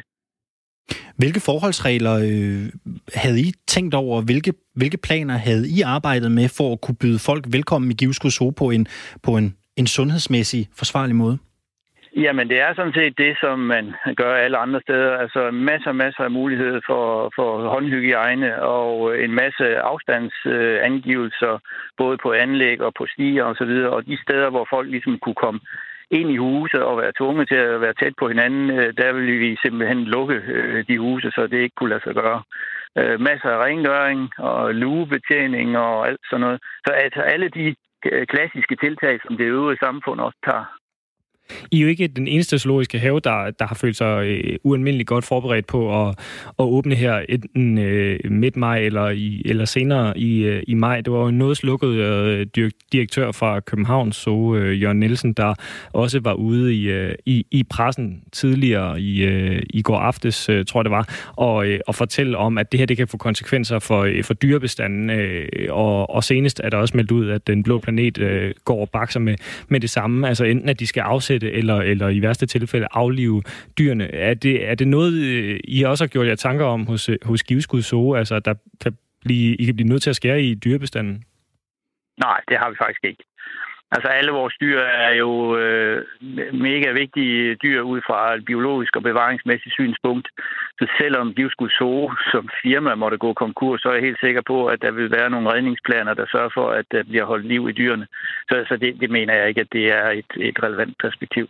Hvilke forholdsregler øh, havde I tænkt over? Hvilke, hvilke planer havde I arbejdet med for at kunne byde folk velkommen i Givskud Zoo på en, på en, en sundhedsmæssig forsvarlig måde? Jamen, det er sådan set det, som man gør alle andre steder. Altså masser og masser af mulighed for, for håndhygiejne og en masse afstandsangivelser, både på anlæg og på stier og så videre. Og de steder, hvor folk ligesom kunne komme ind i huset og være tvunget til at være tæt på hinanden, der vil vi simpelthen lukke de huse, så det ikke kunne lade sig gøre. Masser af rengøring og lugebetjening og alt sådan noget. Så altså alle de klassiske tiltag, som det øvrige samfund også tager. I er jo ikke den eneste zoologiske have, der, der har følt sig øh, ualmindeligt godt forberedt på at, at åbne her enten øh, midt maj eller, i, eller senere i, øh, i maj. Det var jo en noget slukket øh, direktør fra Københavns Zoo, øh, Jørgen Nielsen, der også var ude i, øh, i, i pressen tidligere i, øh, i går aftes, øh, tror jeg det var, og, øh, og fortælle om, at det her det kan få konsekvenser for, øh, for dyrebestanden. Øh, og, og senest er der også meldt ud, at den blå planet øh, går og bakser med, med det samme. Altså enten at de skal afsætte eller, eller i værste tilfælde aflive dyrene. Er det, er det noget, I også har gjort jer tanker om hos, hos Givskud Zoo? Altså, der kan blive, I kan blive nødt til at skære i dyrebestanden? Nej, det har vi faktisk ikke. Altså, alle vores dyr er jo øh, mega vigtige dyr ud fra et biologisk og bevaringsmæssigt synspunkt. Så selvom Givskud Zoo som firma måtte gå konkurs, så er jeg helt sikker på, at der vil være nogle redningsplaner, der sørger for, at der bliver holdt liv i dyrene. Så, så det, det mener jeg ikke, at det er et, et relevant perspektiv.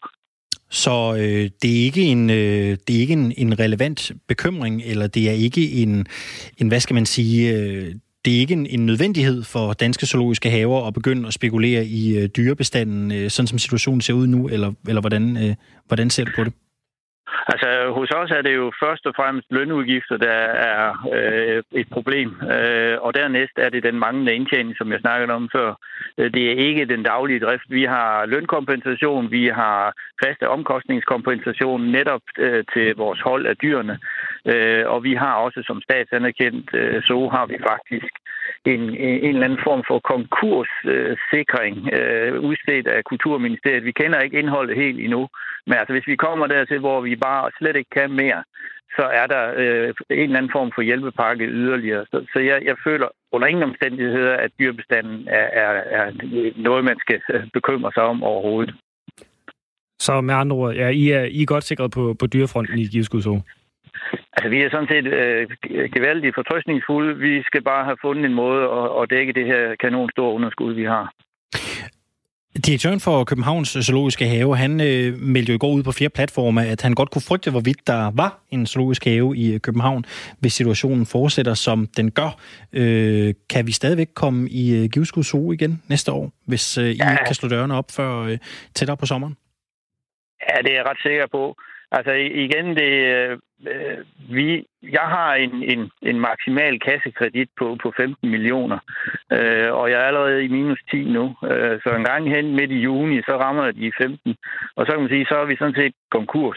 Så øh, det er ikke en øh, det er ikke en, en relevant bekymring, eller det er ikke en, en hvad skal man sige... Øh, Det er ikke en, en nødvendighed for danske zoologiske haver at begynde at spekulere i øh, dyrebestanden, øh, sådan som situationen ser ud nu, eller, eller hvordan, øh, hvordan ser du på det? Altså, hos os er det jo først og fremmest lønudgifter, der er øh, et problem. Øh, og dernæst er det den manglende indtjening, som jeg snakkede om før. Det er ikke den daglige drift. Vi har lønkompensation, vi har faste omkostningskompensation netop øh, til vores hold af dyrene. Øh, og vi har også som statsanerkendt, øh, så har vi faktisk en, en eller anden form for konkurssikring øh, udstedt af Kulturministeriet. Vi kender ikke indholdet helt endnu. Men altså, hvis vi kommer dertil, hvor vi bare slet ikke kan mere, så er der øh, en eller anden form for hjælpepakke yderligere. Så, så jeg, jeg føler under ingen omstændigheder, at dyrebestanden er, er, er noget, man skal bekymre sig om overhovedet. Så med andre ord, ja, I er, I er godt sikret på, på dyrefronten i Givskud Zoo? Altså, vi er sådan set øh, gevaldigt fortrøstningsfulde. Vi skal bare have fundet en måde at, at dække det her kanonstore underskud, vi har. Direktøren for Københavns Zoologiske Have, han øh, meldte jo i går ud på flere platforme, at han godt kunne frygte, hvorvidt der var en zoologisk have i København, hvis situationen fortsætter, som den gør. Øh, kan vi stadigvæk komme i øh, Givskud Zoo igen næste år, hvis øh, I ja. ikke kan slå dørene op før øh, tættere på sommeren? Ja, det er jeg ret sikker på. Altså igen, det, øh, vi, jeg har en, en, en maksimal kassekredit på, på femten millioner, øh, og jeg er allerede i minus ti nu. Øh, så en gang hen midt i juni, så rammer de femten, og så kan man sige, så er vi sådan set konkurs.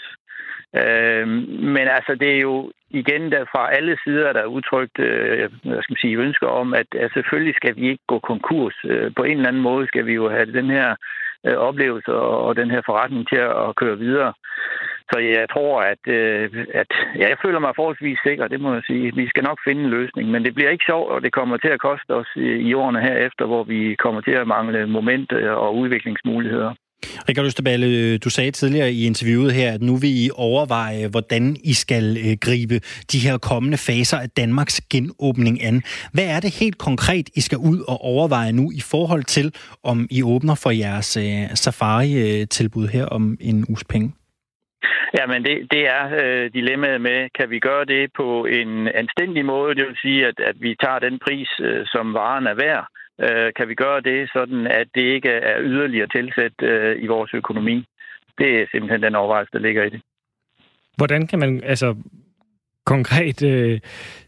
Øh, men altså, det er jo igen der fra alle sider, der er udtrykt øh, hvad skal man sige, ønsker om, at, at selvfølgelig skal vi ikke gå konkurs. Øh, på en eller anden måde skal vi jo have den her øh, oplevelse og, og den her forretning til at køre videre. Så jeg tror, at, øh, at ja, jeg føler mig forholdsvis sikker, det må jeg sige. Vi skal nok finde en løsning, men det bliver ikke sjovt, og det kommer til at koste os i, i årene herefter, hvor vi kommer til at mangle moment og udviklingsmuligheder. Richard Østerballe, du sagde tidligere i interviewet her, at nu vil I overveje, hvordan I skal gribe de her kommende faser af Danmarks genåbning an. Hvad er det helt konkret, I skal ud og overveje nu i forhold til, om I åbner for jeres safari-tilbud her om en uges penge? Jamen, det, det er øh, dilemmaet med, kan vi gøre det på en anstændig måde? Det vil sige, at, at vi tager den pris, øh, som varen er værd. Øh, kan vi gøre det sådan, at det ikke er yderligere tilsat øh, i vores økonomi? Det er simpelthen den overvejelse, der ligger i det. Hvordan kan man altså konkret øh,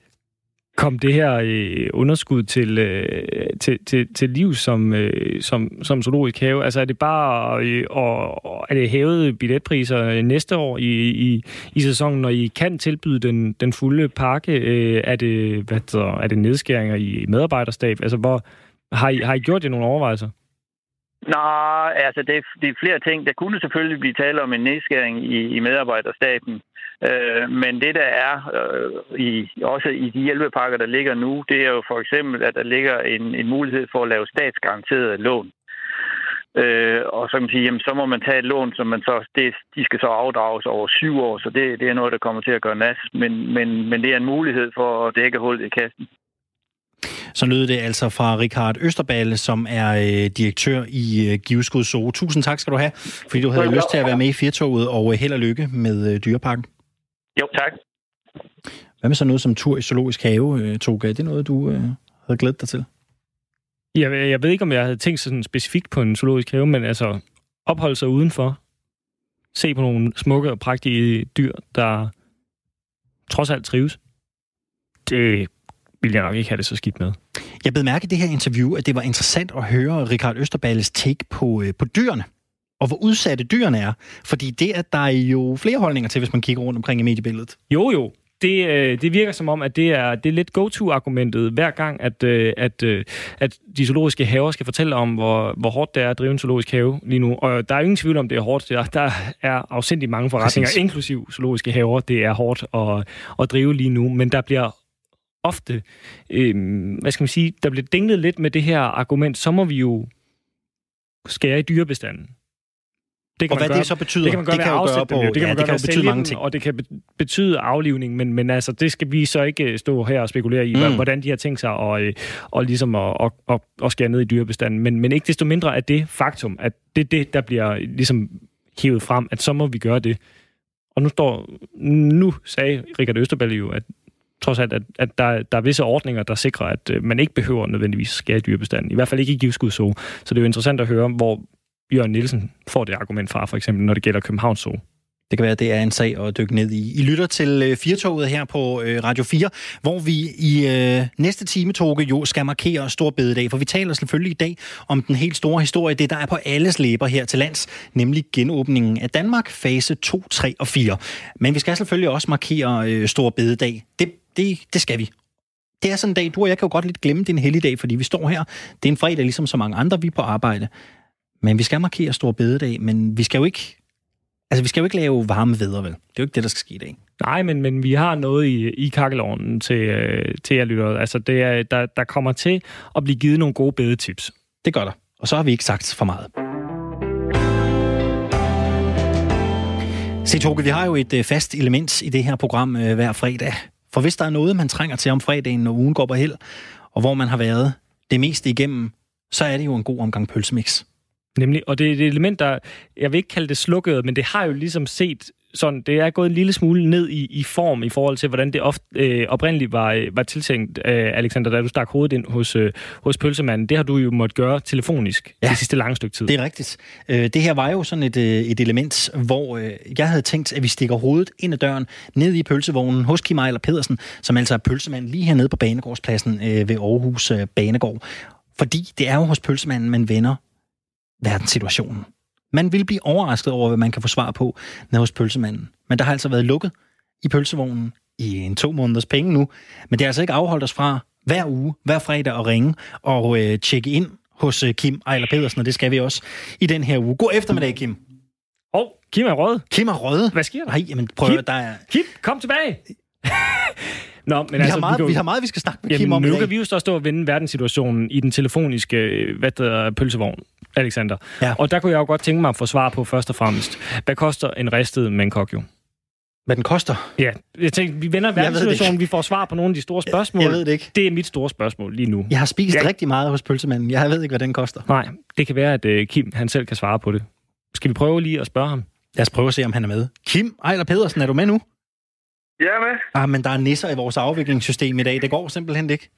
komme det her øh, underskud til, øh, til, til, til liv som, øh, som, som zoologisk have? Altså er det bare øh, og, er det hævede billetpriser næste år i, i, i sæsonen, når I kan tilbyde den, den fulde pakke? Øh, er, det, hvad der, er det nedskæringer i medarbejderstab? Altså hvor har I, har I gjort jer nogle overvejelser? Nej, altså det, det er flere ting. Der kunne selvfølgelig blive tale om en nedskæring i, i medarbejderstaben. Øh, men det der er øh, i, også i de hjælpepakker, der ligger nu, det er jo for eksempel, at der ligger en, en mulighed for at lave statsgaranteret lån. Øh, og så kan man sige, jamen, så må man tage et lån, som man så, det, de skal så afdrages over syv år, så det, det er noget, der kommer til at gøre nas. Men, men, men det er en mulighed for at dække hullet i kassen. Så lød det altså fra Richard Østerballe, som er øh, direktør i øh, Givskud Zoo. Tusind tak skal du have, fordi du havde lyst til at være med i Firtoget, og øh, held og lykke med øh, dyreparken. Jo, tak. Hvad med så noget som tur i zoologisk have, øh, Toga? Er det noget, du øh, havde glædet dig til? Jeg, jeg ved ikke, om jeg havde tænkt sådan specifikt på en zoologisk have, men altså opholde sig udenfor, se på nogle smukke og prægtige dyr, der trods alt trives. Det vil jeg nok ikke have det så skidt med. Jeg bed mærke i det her interview, at det var interessant at høre Richard Østerballes take på, øh, på dyrene, og hvor udsatte dyrene er. Fordi det er der jo flere holdninger til, hvis man kigger rundt omkring i mediebilledet. Jo, jo. Det, øh, det virker som om, at det er, det er lidt go-to-argumentet hver gang, at, øh, at, øh, at de zoologiske haver skal fortælle om, hvor, hvor hårdt det er at drive en zoologisk have lige nu. Og der er ingen tvivl om, det er hårdt. Der, der er afsindigt mange forretninger, Præcis. inklusiv zoologiske haver. Det er hårdt at, at drive lige nu, men der bliver ofte, øh, hvad skal man sige, der bliver dinglet lidt med det her argument, så må vi jo skære i dyrebestanden. Det kan og hvad gøre, det så betyder, det kan man gøre det kan jo gøre på, det kan, ja, man det kan jo betyde mange ting. Og det kan betyde aflivning, men, men altså, det skal vi så ikke stå her og spekulere i, mm. hvordan de har tænkt sig og, og ligesom at, og, og, og skære ned i dyrebestanden. Men, men ikke desto mindre er det faktum, at det er det, der bliver ligesom hævet frem, at så må vi gøre det. Og nu står, nu sagde Richard Østerballe jo, at trods alt, at, at der, der er visse ordninger, der sikrer, at uh, man ikke behøver nødvendigvis skære i dyrebestanden. I hvert fald ikke i Givskud Zoo. Så det er jo interessant at høre, hvor Jørgen Nielsen får det argument fra, for eksempel når det gælder Københavns Zoo. Det kan være, at det er en sag at dykke ned i. I lytter til Firtoget her på Radio fire, hvor vi i øh, næste time, Toge, jo skal markere Stor Bededag, for vi taler selvfølgelig i dag om den helt store historie, det der er på alles læber her til lands, nemlig genåbningen af Danmark, fase to, tre og fire. Men vi skal selvfølgelig også markere øh, Stor Bededag. Det, det, det skal vi. Det er sådan en dag, du og jeg kan jo godt lidt glemme, det er en helligdag, fordi vi står her. Det er en fredag, ligesom så mange andre, vi er på arbejde. Men vi skal markere Stor Bededag, men vi skal jo ikke Altså, vi skal jo ikke lave varme vædder, vel? Det er jo ikke det, der skal ske i dag. Nej, men, men vi har noget i, i kakkelovnen til, øh, til jer lyttere. Altså, det er, der, der kommer til at blive givet nogle gode bedetips. Det gør der. Og så har vi ikke sagt for meget. Se, Toge, vi har jo et øh, fast element i det her program øh, hver fredag. For hvis der er noget, man trænger til om fredagen, når ugen går på held, og hvor man har været det meste igennem, så er det jo en god omgang pølsemix. Nemlig, og det er et element, der, jeg vil ikke kalde det slukket, men det har jo ligesom set sådan, det er gået en lille smule ned i, i form i forhold til, hvordan det ofte, øh, oprindeligt var, var tiltænkt, øh, Alexander, da du stak hovedet ind hos, øh, hos pølsemanden. Det har du jo måttet gøre telefonisk ja, det sidste lange stykke tid. Det er rigtigt. Øh, det her var jo sådan et, et element, hvor øh, jeg havde tænkt, at vi stikker hovedet ind ad døren, ned i pølsevognen hos Kim Ejler Pedersen, som altså er pølsemand lige hernede på Banegårdspladsen øh, ved Aarhus øh, Banegård. Fordi det er jo hos pølsemanden, man vender verdenssituationen. Man vil blive overrasket over, hvad man kan få svar på nede hos pølsemanden. Men der har altså været lukket i pølsevognen i en to måneders penge nu. Men det har altså ikke afholdt os fra hver uge, hver fredag at ringe og øh, tjekke ind hos øh, Kim Ejler Pedersen, og det skal vi også i den her uge. God eftermiddag, Kim. Åh, oh, Kim er rød. Kim er rød? Hvad sker der? Nej, jamen prøv Kim, at der er... Kim, kom tilbage! Nå, men vi, altså, har meget, vi, kan, vi har meget, vi skal snakke med jamen, Kim om nu i dag. kan vi jo så stå og vende verdenssituationen i den telefoniske hvad der, pølsevogn, Alexander. Ja. Og der kunne jeg jo godt tænke mig at få svar på først og fremmest. Hvad koster en ristet Mancock jo? Hvad den koster? Ja, jeg tænkte, vi vender verdenssituationen, vi får svar på nogle af de store spørgsmål. Jeg ved det ikke. Det er mit store spørgsmål lige nu. Jeg har spist jeg... rigtig meget hos pølsemanden. Jeg ved ikke, hvad den koster. Nej, det kan være, at uh, Kim han selv kan svare på det. Skal vi prøve lige at spørge ham? Lad os prøve at se, om han er med. Kim Ejler Pedersen, er du med nu? Jeg er med. Ah, men der er nisser i vores afviklingssystem i dag. Det går simpelthen ikke.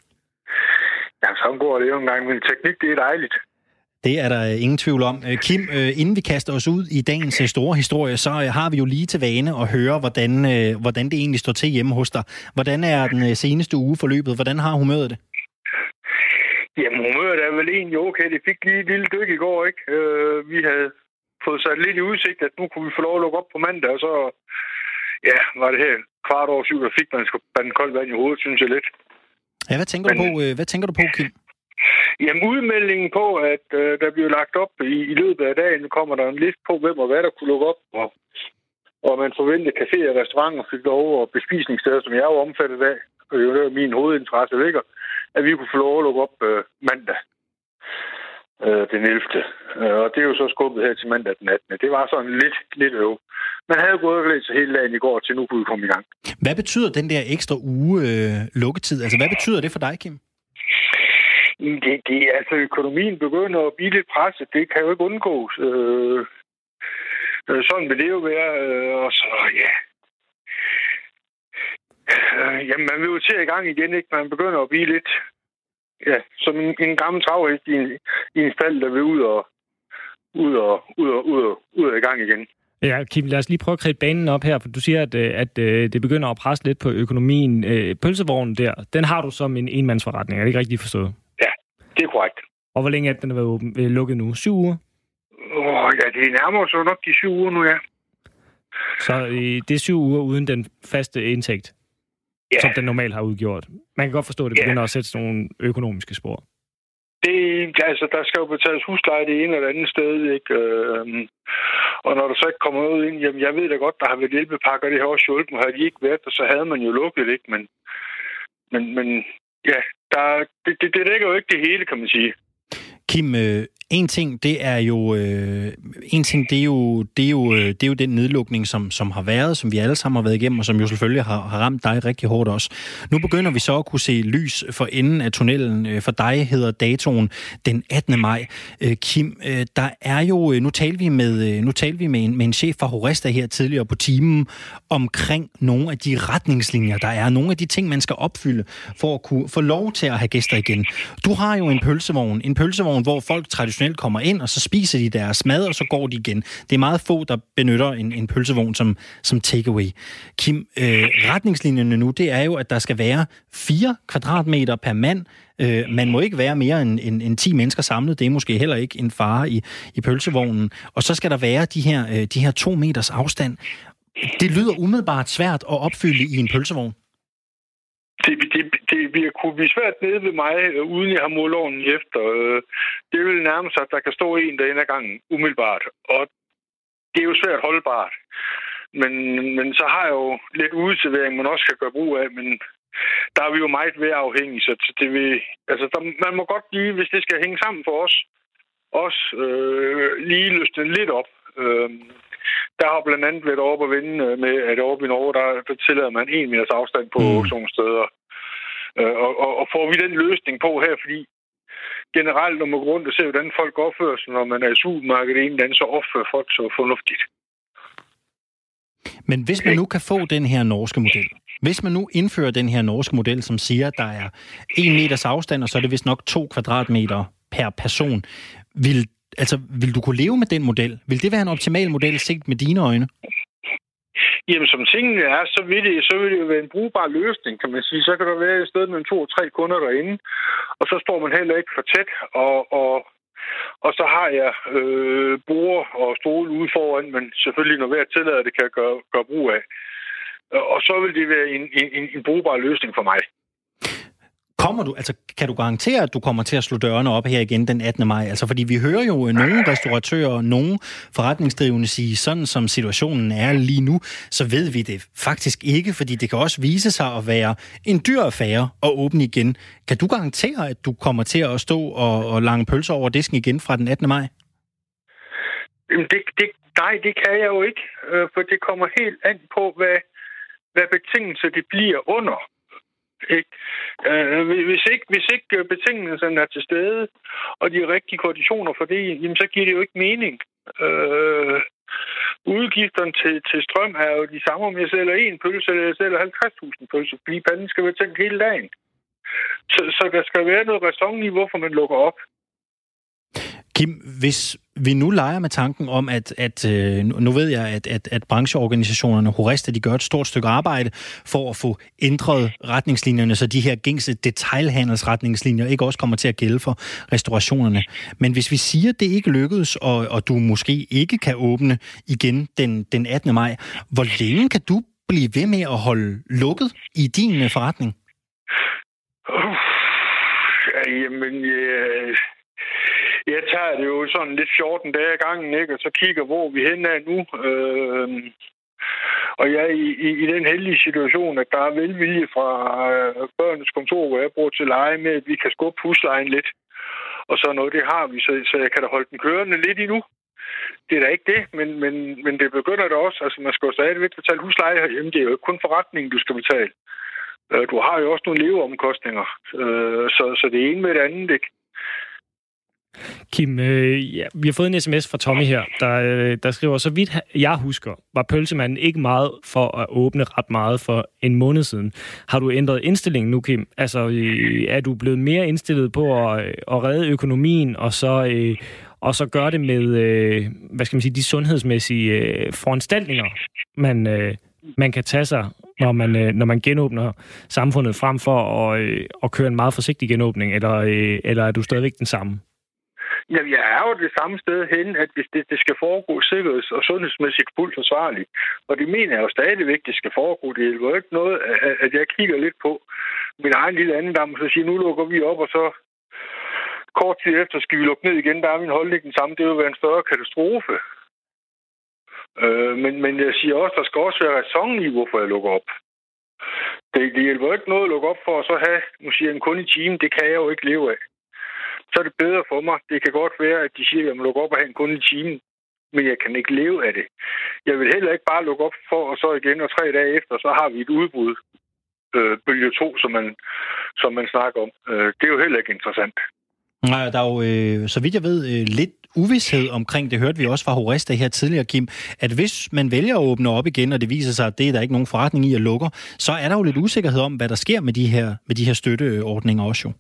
Ja, sådan går det jo en gang. Men teknik, det er dejligt. Det er der ingen tvivl om. Kim, inden vi kaster os ud i dagens store historie, så har vi jo lige til vane at høre, hvordan, hvordan det egentlig står til hjemme hos dig. Hvordan er den seneste uge forløbet? Hvordan har humøret det? Jamen, humøret er vel egentlig okay. Det fik lige et lille dyk i går, ikke? Øh, vi havde fået sat lidt i udsigt, at nu kunne vi få lov at lukke op på mandag, og så ja, var det her kvart over syv, der fik man sgu bande koldt vand i hovedet, synes jeg lidt. Ja, hvad tænker, Men, du, på, hvad tænker du på, Kim? Jamen, udmeldingen på, at øh, der bliver lagt op i, i løbet af dagen, kommer der en liste på, hvem og hvad der kunne lukke op, og, og man forventer caféer og restauranter fik lov, og bespisningssteder, som jeg er jo omfattet af, og det er jo min hovedinteresse ligger, at vi kunne få lov at lukke op øh, mandag øh, den ellevte Øh, og det er jo så skubbet her til mandag den attende Det var sådan lidt, lidt øv. Man havde gået og glædet sig hele dagen i går til, nu kunne vi komme i gang. Hvad betyder den der ekstra uge øh, lukketid? Altså, hvad betyder det for dig, Kim? Det, det er altså, økonomien begynder at blive lidt presset. Det kan jo ikke undgås. Øh, øh, sådan vil det jo være. Øh, og så, ja. Øh, jamen, man vil jo til i gang igen, ikke? Man begynder at blive lidt, ja, som en, en gammel travhest i en, i en stald, der vil ud og ud og, ud og, ud og, ud og i gang igen. Ja, Kim, lad os lige prøve at kridte banen op her, for du siger, at, at, at det begynder at presse lidt på økonomien. Pølsevognen der, den har du som en enmandsforretning, er det ikke rigtigt forstået? Ja, det er korrekt. Og hvor længe er den været lukket nu? Syv uger? Åh, ja, det er nærmere så nok de syv uger nu, ja. Så øh, det er syv uger uden den faste indtægt, ja, som den normalt har udgjort. Man kan godt forstå, at det begynder ja. at sætte sådan nogle økonomiske spor. Det, altså, der skal jo betales husleje det ene eller andet sted, ikke? Øhm, og når der så ikke kommer noget ind, jamen, jeg ved da godt, der har været hjælpepakker, det har også hjulpet mig. Havde de ikke været der, så havde man jo lukket, ikke? Men, men, men ja, der, det, det, det dækker jo ikke det hele, kan man sige. Kim, øh, en ting, det er jo øh, en ting, det er jo det er jo det er jo den nedlukning, som som har været, som vi alle sammen har været igennem, og som jo selvfølgelig har, har ramt dig rigtig hårdt også. Nu begynder vi så at kunne se lys for enden af tunnelen. For dig hedder datoen den attende maj. Kim, der er jo nu talte vi med nu talte vi med en, med en chef fra Horesta her tidligere på timen omkring nogle af de retningslinjer, der er, nogle af de ting, man skal opfylde for at kunne få lov til at have gæster igen. Du har jo en pølsevogn, en pølsevogn, hvor folk traditionelt kommer ind, og så spiser de deres mad, og så går de igen. Det er meget få, der benytter en, en pølsevogn som, som takeaway. Kim, øh, retningslinjerne nu, det er jo, at der skal være fire kvadratmeter per mand. Øh, man må ikke være mere end, end, end ti mennesker samlet. Det er måske heller ikke en fare i, i pølsevognen. Og så skal der være de her, øh, de her to meters afstand. Det lyder umiddelbart svært at opfylde i en pølsevogn. Det, det, det, det kunne blive svært nede ved mig, uden jeg har målovnen efter. Det vil nærme sig, at der kan stå en derinde ad gangen, umiddelbart. Og det er jo svært holdbart. Men, men så har jeg jo lidt udservering, man også kan gøre brug af, men der er vi jo meget vejrafhængige, så det vil, altså der, man må godt lige, hvis det skal hænge sammen for os, også øh, lige løsne lidt op. Øh, der har blandt andet været oppe at vende med, at oppe i Norge, der, der tillader man en meters afstand på mm. sådan nogle steder. Og, og, og får vi den løsning på her, fordi generelt, når man går rundt og ser, hvordan folk opfører sig, når man er i supermarkedet, en eller anden, så opfører folk så fornuftigt. Men hvis man nu kan få den her norske model, hvis man nu indfører den her norske model, som siger, at der er en meters afstand, og så er det vist nok to kvadratmeter per person, vil, altså, vil du kunne leve med den model? Vil det være en optimal model set med dine øjne? Jamen, som tingene er, så vil, det, så vil det jo være en brugbar løsning, kan man sige. Så kan der være et sted mellem to og tre kunder derinde, og så står man heller ikke for tæt, og, og, og så har jeg øh, bord og stole ude foran, men selvfølgelig, når hver tillader det, kan jeg gøre, gøre brug af. Og så vil det være en, en, en brugbar løsning for mig. Kommer du, altså, kan du garantere, at du kommer til at slå dørene op her igen den attende maj? Altså, fordi vi hører jo nogle restauratører og nogle forretningsdrivende sige, sådan som situationen er lige nu, så ved vi det faktisk ikke, fordi det kan også vise sig at være en dyr affære at åbne igen. Kan du garantere, at du kommer til at stå og, og lange pølser over disken igen fra den attende maj? Det, det, nej, det kan jeg jo ikke, for det kommer helt an på, hvad, hvad betingelser det bliver under. Ikke? Øh, hvis ikke, hvis ikke betingelserne er til stede, og de rigtige konditioner for det, jamen, så giver det jo ikke mening. Øh, udgifterne til, til strøm er jo de samme, om jeg sælger en pølse, eller jeg sælger halvtreds tusind pølser, fordi panden skal være tænkt hele dagen. Så, så der skal være noget ræson i, hvorfor man lukker op. Kim, hvis vi nu leger med tanken om, at, at nu ved jeg, at, at, at brancheorganisationerne, Horesta, de gør et stort stykke arbejde for at få ændret retningslinjerne, så de her gængse detailhandelsretningslinjer ikke også kommer til at gælde for restaurationerne. Men hvis vi siger, at det ikke lykkedes, og, og du måske ikke kan åbne igen den, den attende maj, hvor længe kan du blive ved med at holde lukket i din forretning? Uh, ja, jamen, yeah. Jeg tager det jo sådan lidt fjorten dage ad gangen, ikke? Og så kigger, hvor vi hen er nu. Øh, og jeg er i, i, i den heldige situation, at der er velvilje fra øh, børnenes kontor, hvor jeg bruger til leje med, at vi kan skubbe huslejen lidt. Og så noget, det har vi, så, så jeg kan da holde den kørende lidt endnu. Det er da ikke det, men, men, men det begynder det også. Altså, man skal jo stadigvæk betale husleje herhjemme. Det er jo ikke kun forretningen, du skal betale. Øh, du har jo også nogle leveomkostninger. Øh, så, så det er en med det andet, ikke? Kim, øh, ja, vi har fået en sms fra Tommy her, der, øh, der skriver, så vidt jeg husker, var pølsemanden ikke meget for at åbne ret meget for en måned siden. Har du ændret indstillingen nu, Kim? Altså, øh, er du blevet mere indstillet på at, at redde økonomien, og så, øh, og så gøre det med, øh, hvad skal man sige, de sundhedsmæssige øh, foranstaltninger, man, øh, man kan tage sig, når man, øh, når man genåbner samfundet, frem for at, øh, at køre en meget forsigtig genåbning, eller, øh, eller er du stadigvæk den samme? Ja, jeg er jo det samme sted hen, at hvis det, det skal foregå sikkerheds- og sundhedsmæssigt fuldt forsvarligt. Og det mener jeg jo stadigvæk, det skal foregå. Det er jo ikke noget, at jeg kigger lidt på min egen lille andendam, og så siger, nu lukker vi op, og så kort tid efter skal vi lukke ned igen. Der er min holdning den samme. Det vil være en større katastrofe. Øh, men, men jeg siger også, der skal også være ræson i, hvorfor jeg lukker op. Det, det hjælper ikke noget at lukke op for at så have, nu siger jeg, en kunde i timen. Det kan jeg jo ikke leve af. Så er det bedre for mig. Det kan godt være, at de siger, at jeg må lukke op og have en kunde i timen, men jeg kan ikke leve af det. Jeg vil heller ikke bare lukke op for, og så igen, og tre dage efter, så har vi et udbrud, øh, bølge to, som man, som man snakker om. Øh, det er jo heller ikke interessant. Nej, der er jo, øh, så vidt jeg ved, øh, lidt uvished omkring, det hørte vi også fra Horesta her tidligere, Kim, at hvis man vælger at åbne op igen, og det viser sig, at det er der ikke nogen forretning i at lukke, så er der jo lidt usikkerhed om, hvad der sker med de her, med de her støtteordninger også jo.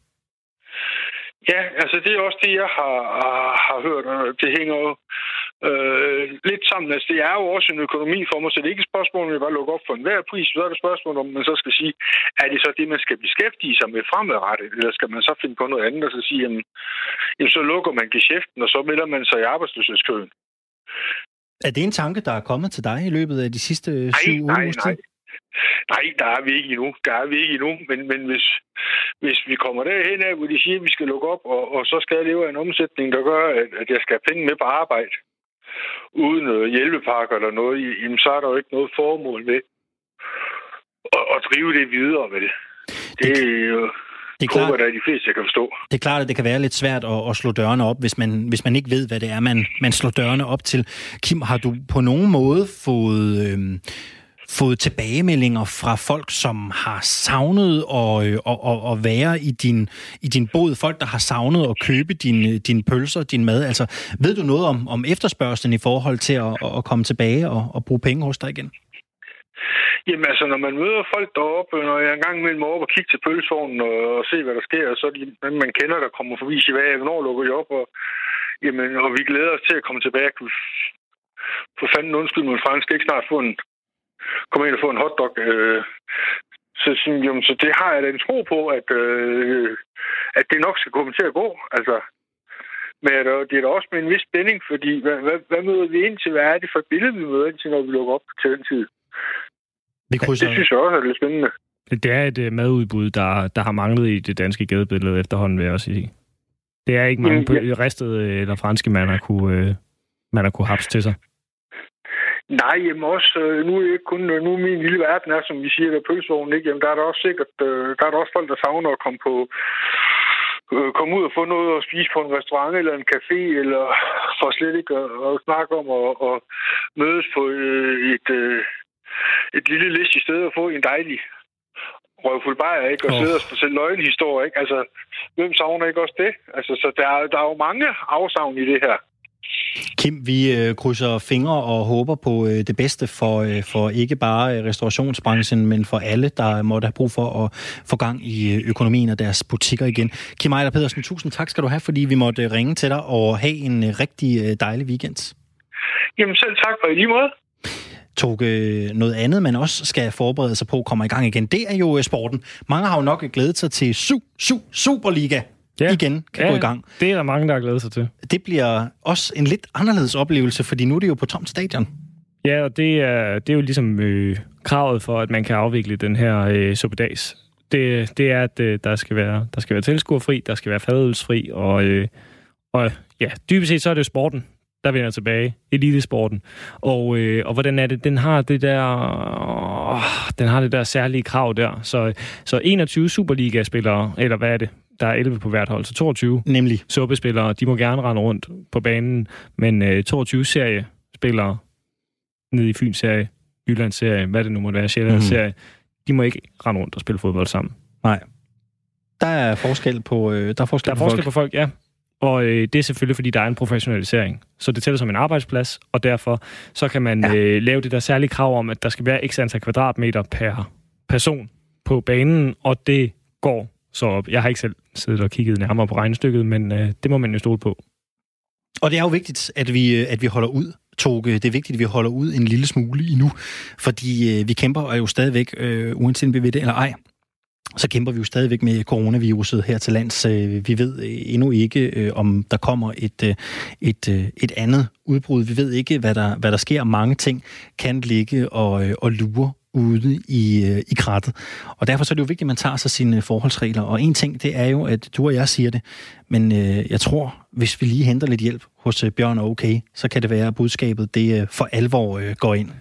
Ja, altså det er også det, jeg har, har hørt, og det hænger jo øh, lidt sammen. Altså det er jo også en økonomi for mig, så det er ikke et spørgsmål, om vi bare lukker op for enhver pris. Så er det et spørgsmål, om man så skal sige, er det så det, man skal beskæftige sig med fremadrettet, eller skal man så finde på noget andet, og så sige, jamen, jamen så lukker man geschæften, og så melder man sig i arbejdsløshedskøen. Er det en tanke, der er kommet til dig i løbet af de sidste syv uger? Nej, nej, nej. Nej, der er vi ikke endnu. Der er vi ikke endnu. Men, men hvis, hvis vi kommer derhen af, hvor de siger, at vi skal lukke op, og, og så skal jeg leve af en omsætning, der gør, at, at jeg skal have penge med på arbejde, uden noget hjælpepakker eller noget, jamen, så er der jo ikke noget formål med at, at drive det videre med det. Det er jo... Det er klart, håber, at de fleste kan forstå. Det er klart, at det kan være lidt svært at, at slå dørene op, hvis man, hvis man ikke ved, hvad det er, man, man slår dørene op til. Kim, har du på nogen måde fået, øh, fået tilbagemeldinger fra folk, som har savnet at, at, at, at være i din, i din bod? Folk, der har savnet at købe dine din pølser, din mad. Altså, ved du noget om, om efterspørgslen i forhold til at, at komme tilbage og, og bruge penge hos dig igen? Jamen altså, når man møder folk deroppe, når jeg engang imellem er oppe og kigge til pølsevognen og, og se, hvad der sker, og så er de, man kender, der kommer forbi sig, hvad hvornår lukker I op, og, jamen, og vi glæder os til at komme tilbage. For fanden undskyld, men fransk skal ikke snart få en, komme ind og få en hotdog. Øh, så, jamen, så det har jeg da en tro på, at, øh, at det nok skal komme til at gå. Altså, men det er da også med en vis spænding, fordi hvad, hvad, hvad møder vi ind til? Hvad er det for et billede, vi møder ind til, når vi lukker op til den tid? Vi krydser... Det synes jeg også er lidt spændende. Det er et uh, madudbud, der, der har manglet i det danske gadebillede efterhånden, vil jeg også sige. Det er ikke mange mm, ja. ristede eller franske, man har kunne, uh, man har kunne hapse til sig. Nej, jamen også, nu er det ikke kun, nu er min lille verden er, som vi siger, der pølsevognen, ikke? Jamen, der er der også sikkert, der er der også folk, der savner at komme på, komme ud og få noget at spise på en restaurant eller en café, eller for slet ikke at, at snakke om at, at mødes på et, et lille list i stedet og få en dejlig røvfuld bajer, ikke? Og oh. sidde og fortælle løgnhistorier, ikke? Altså, hvem savner ikke også det? Altså, så der er, der er jo mange afsavn i det her. Kim, vi øh, krydser fingre og håber på øh, det bedste for, øh, for ikke bare restaurationsbranchen, men for alle, der måtte have brug for at få gang i økonomien af deres butikker igen. Kim Ejler Pedersen, tusind tak skal du have, fordi vi måtte ringe til dig og have en øh, rigtig øh, dejlig weekend. Jamen selv tak, og i lige måde. Toge, noget andet, man også skal forberede sig på, kommer i gang igen, det er jo sporten. Mange har jo nok glædet sig til su, su, Superliga. Ja. Igen kan ja, gå i gang. Det er der mange, der har glædet sig til. Det bliver også en lidt anderledes oplevelse, fordi nu er det jo på tomt stadion. Ja, og det er, det er jo ligesom øh, kravet for, at man kan afvikle den her øh, suppedags. Det, det er, at øh, der skal være, der skal være tilskuerfri, der skal være fadølsfri, og, øh, og ja, dybest set så er det jo sporten, der vender tilbage. Elitesporten. Og, øh, og hvordan er det? Den har det der øh, den har det der særlige krav der. Så, så enogtyve Superliga-spillere, eller hvad er det? Der er elleve på hvert hold, så toogtyve nemlig suppespillere, de må gerne rende rundt på banen, men øh, toogtyve seriespillere nede i Fyns-serie, Jyllands-serie, hvad det nu måtte være, Sjællands-serie, mm. de må ikke rende rundt og spille fodbold sammen. Nej. Der er forskel på øh, der er forskel, der er på, forskel folk. på folk, ja. Og øh, det er selvfølgelig, fordi der er en professionalisering. Så det tæller som en arbejdsplads, og derfor så kan man ja. øh, lave det der særlige krav om, at der skal være x antal kvadratmeter per person på banen, og det går så op. Jeg har ikke selv siddet og kigget nærmere på regnestykket, men øh, det må man jo stole på. Og det er jo vigtigt, at vi, at vi holder ud, Toge. Det er vigtigt, at vi holder ud en lille smule endnu, fordi øh, vi kæmper jo stadigvæk, øh, uanset om vi ved det eller ej, så kæmper vi jo stadigvæk med coronaviruset her til lands. Vi ved endnu ikke, om der kommer et, et, et andet udbrud. Vi ved ikke, hvad der, hvad der sker. Mange ting kan ligge og, og lure ude i, i krattet. Og derfor så er det jo vigtigt, at man tager sig sine forholdsregler. Og en ting, det er jo, at du og jeg siger det, men øh, jeg tror, hvis vi lige henter lidt hjælp hos øh, Bjørn og Okay, så kan det være, at budskabet det øh, for alvor øh, går ind.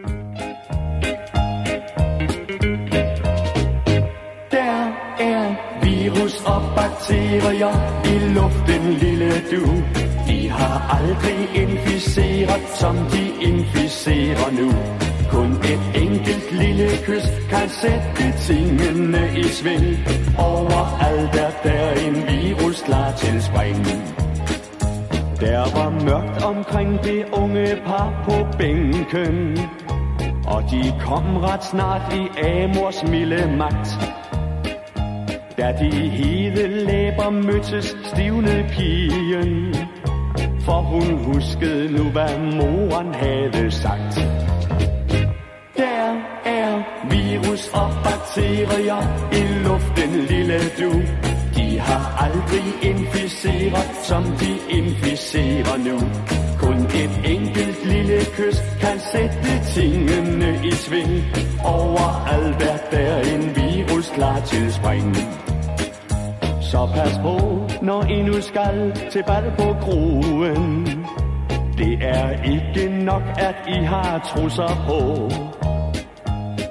Der er virus og bakterier i luften, lille du. De har aldrig inficeret, som de inficerer nu. Kun et enkelt lille kys kan sætte tingene i sving. Overalt er der en virus klar til spring. Der var mørkt omkring det unge par på bænken, og de kom ret snart i Amors milde magt. Da de hede læber mødtes, stivnede pigen, for hun huskede nu, hvad moren havde sagt. Der er virus og bakterier i luften, lille du. De har aldrig inficeret, som de inficerer nu. Kun et enkelt lille kys kan sætte tingene i sving. Overalt er der en virus klar til spring. Så pas på, når I nu skal til bal på kroen. Det er ikke nok, at I har trusser på.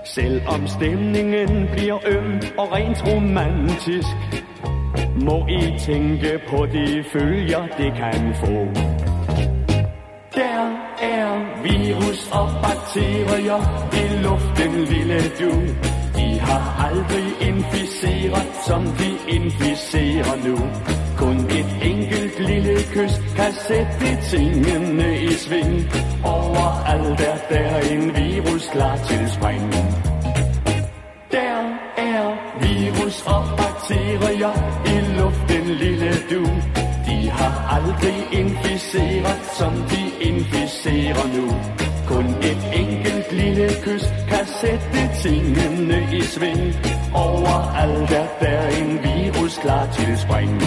Selvom stemningen bliver øm og rent romantisk, må I tænke på de følger, det kan få. Der er virus og bakterier i luften, lille du. De har aldrig inficeret, som de inficerer nu. Kun et enkelt lille kys kan sætte tingene i sving. Overalt er der en virus klar til spring. Der er virus og bakterier i luften, lille du. De har aldrig inficeret, som de inficerer nu. Kun et enkelt lille kys kan sætte tingene i sving. Overalt er der en virus klar til spring.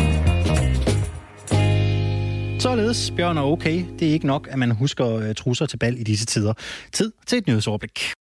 Således, Bjørn og okay. Det er ikke nok, at man husker trusser til bal i disse tider. Tid til et nyhedsoverblik.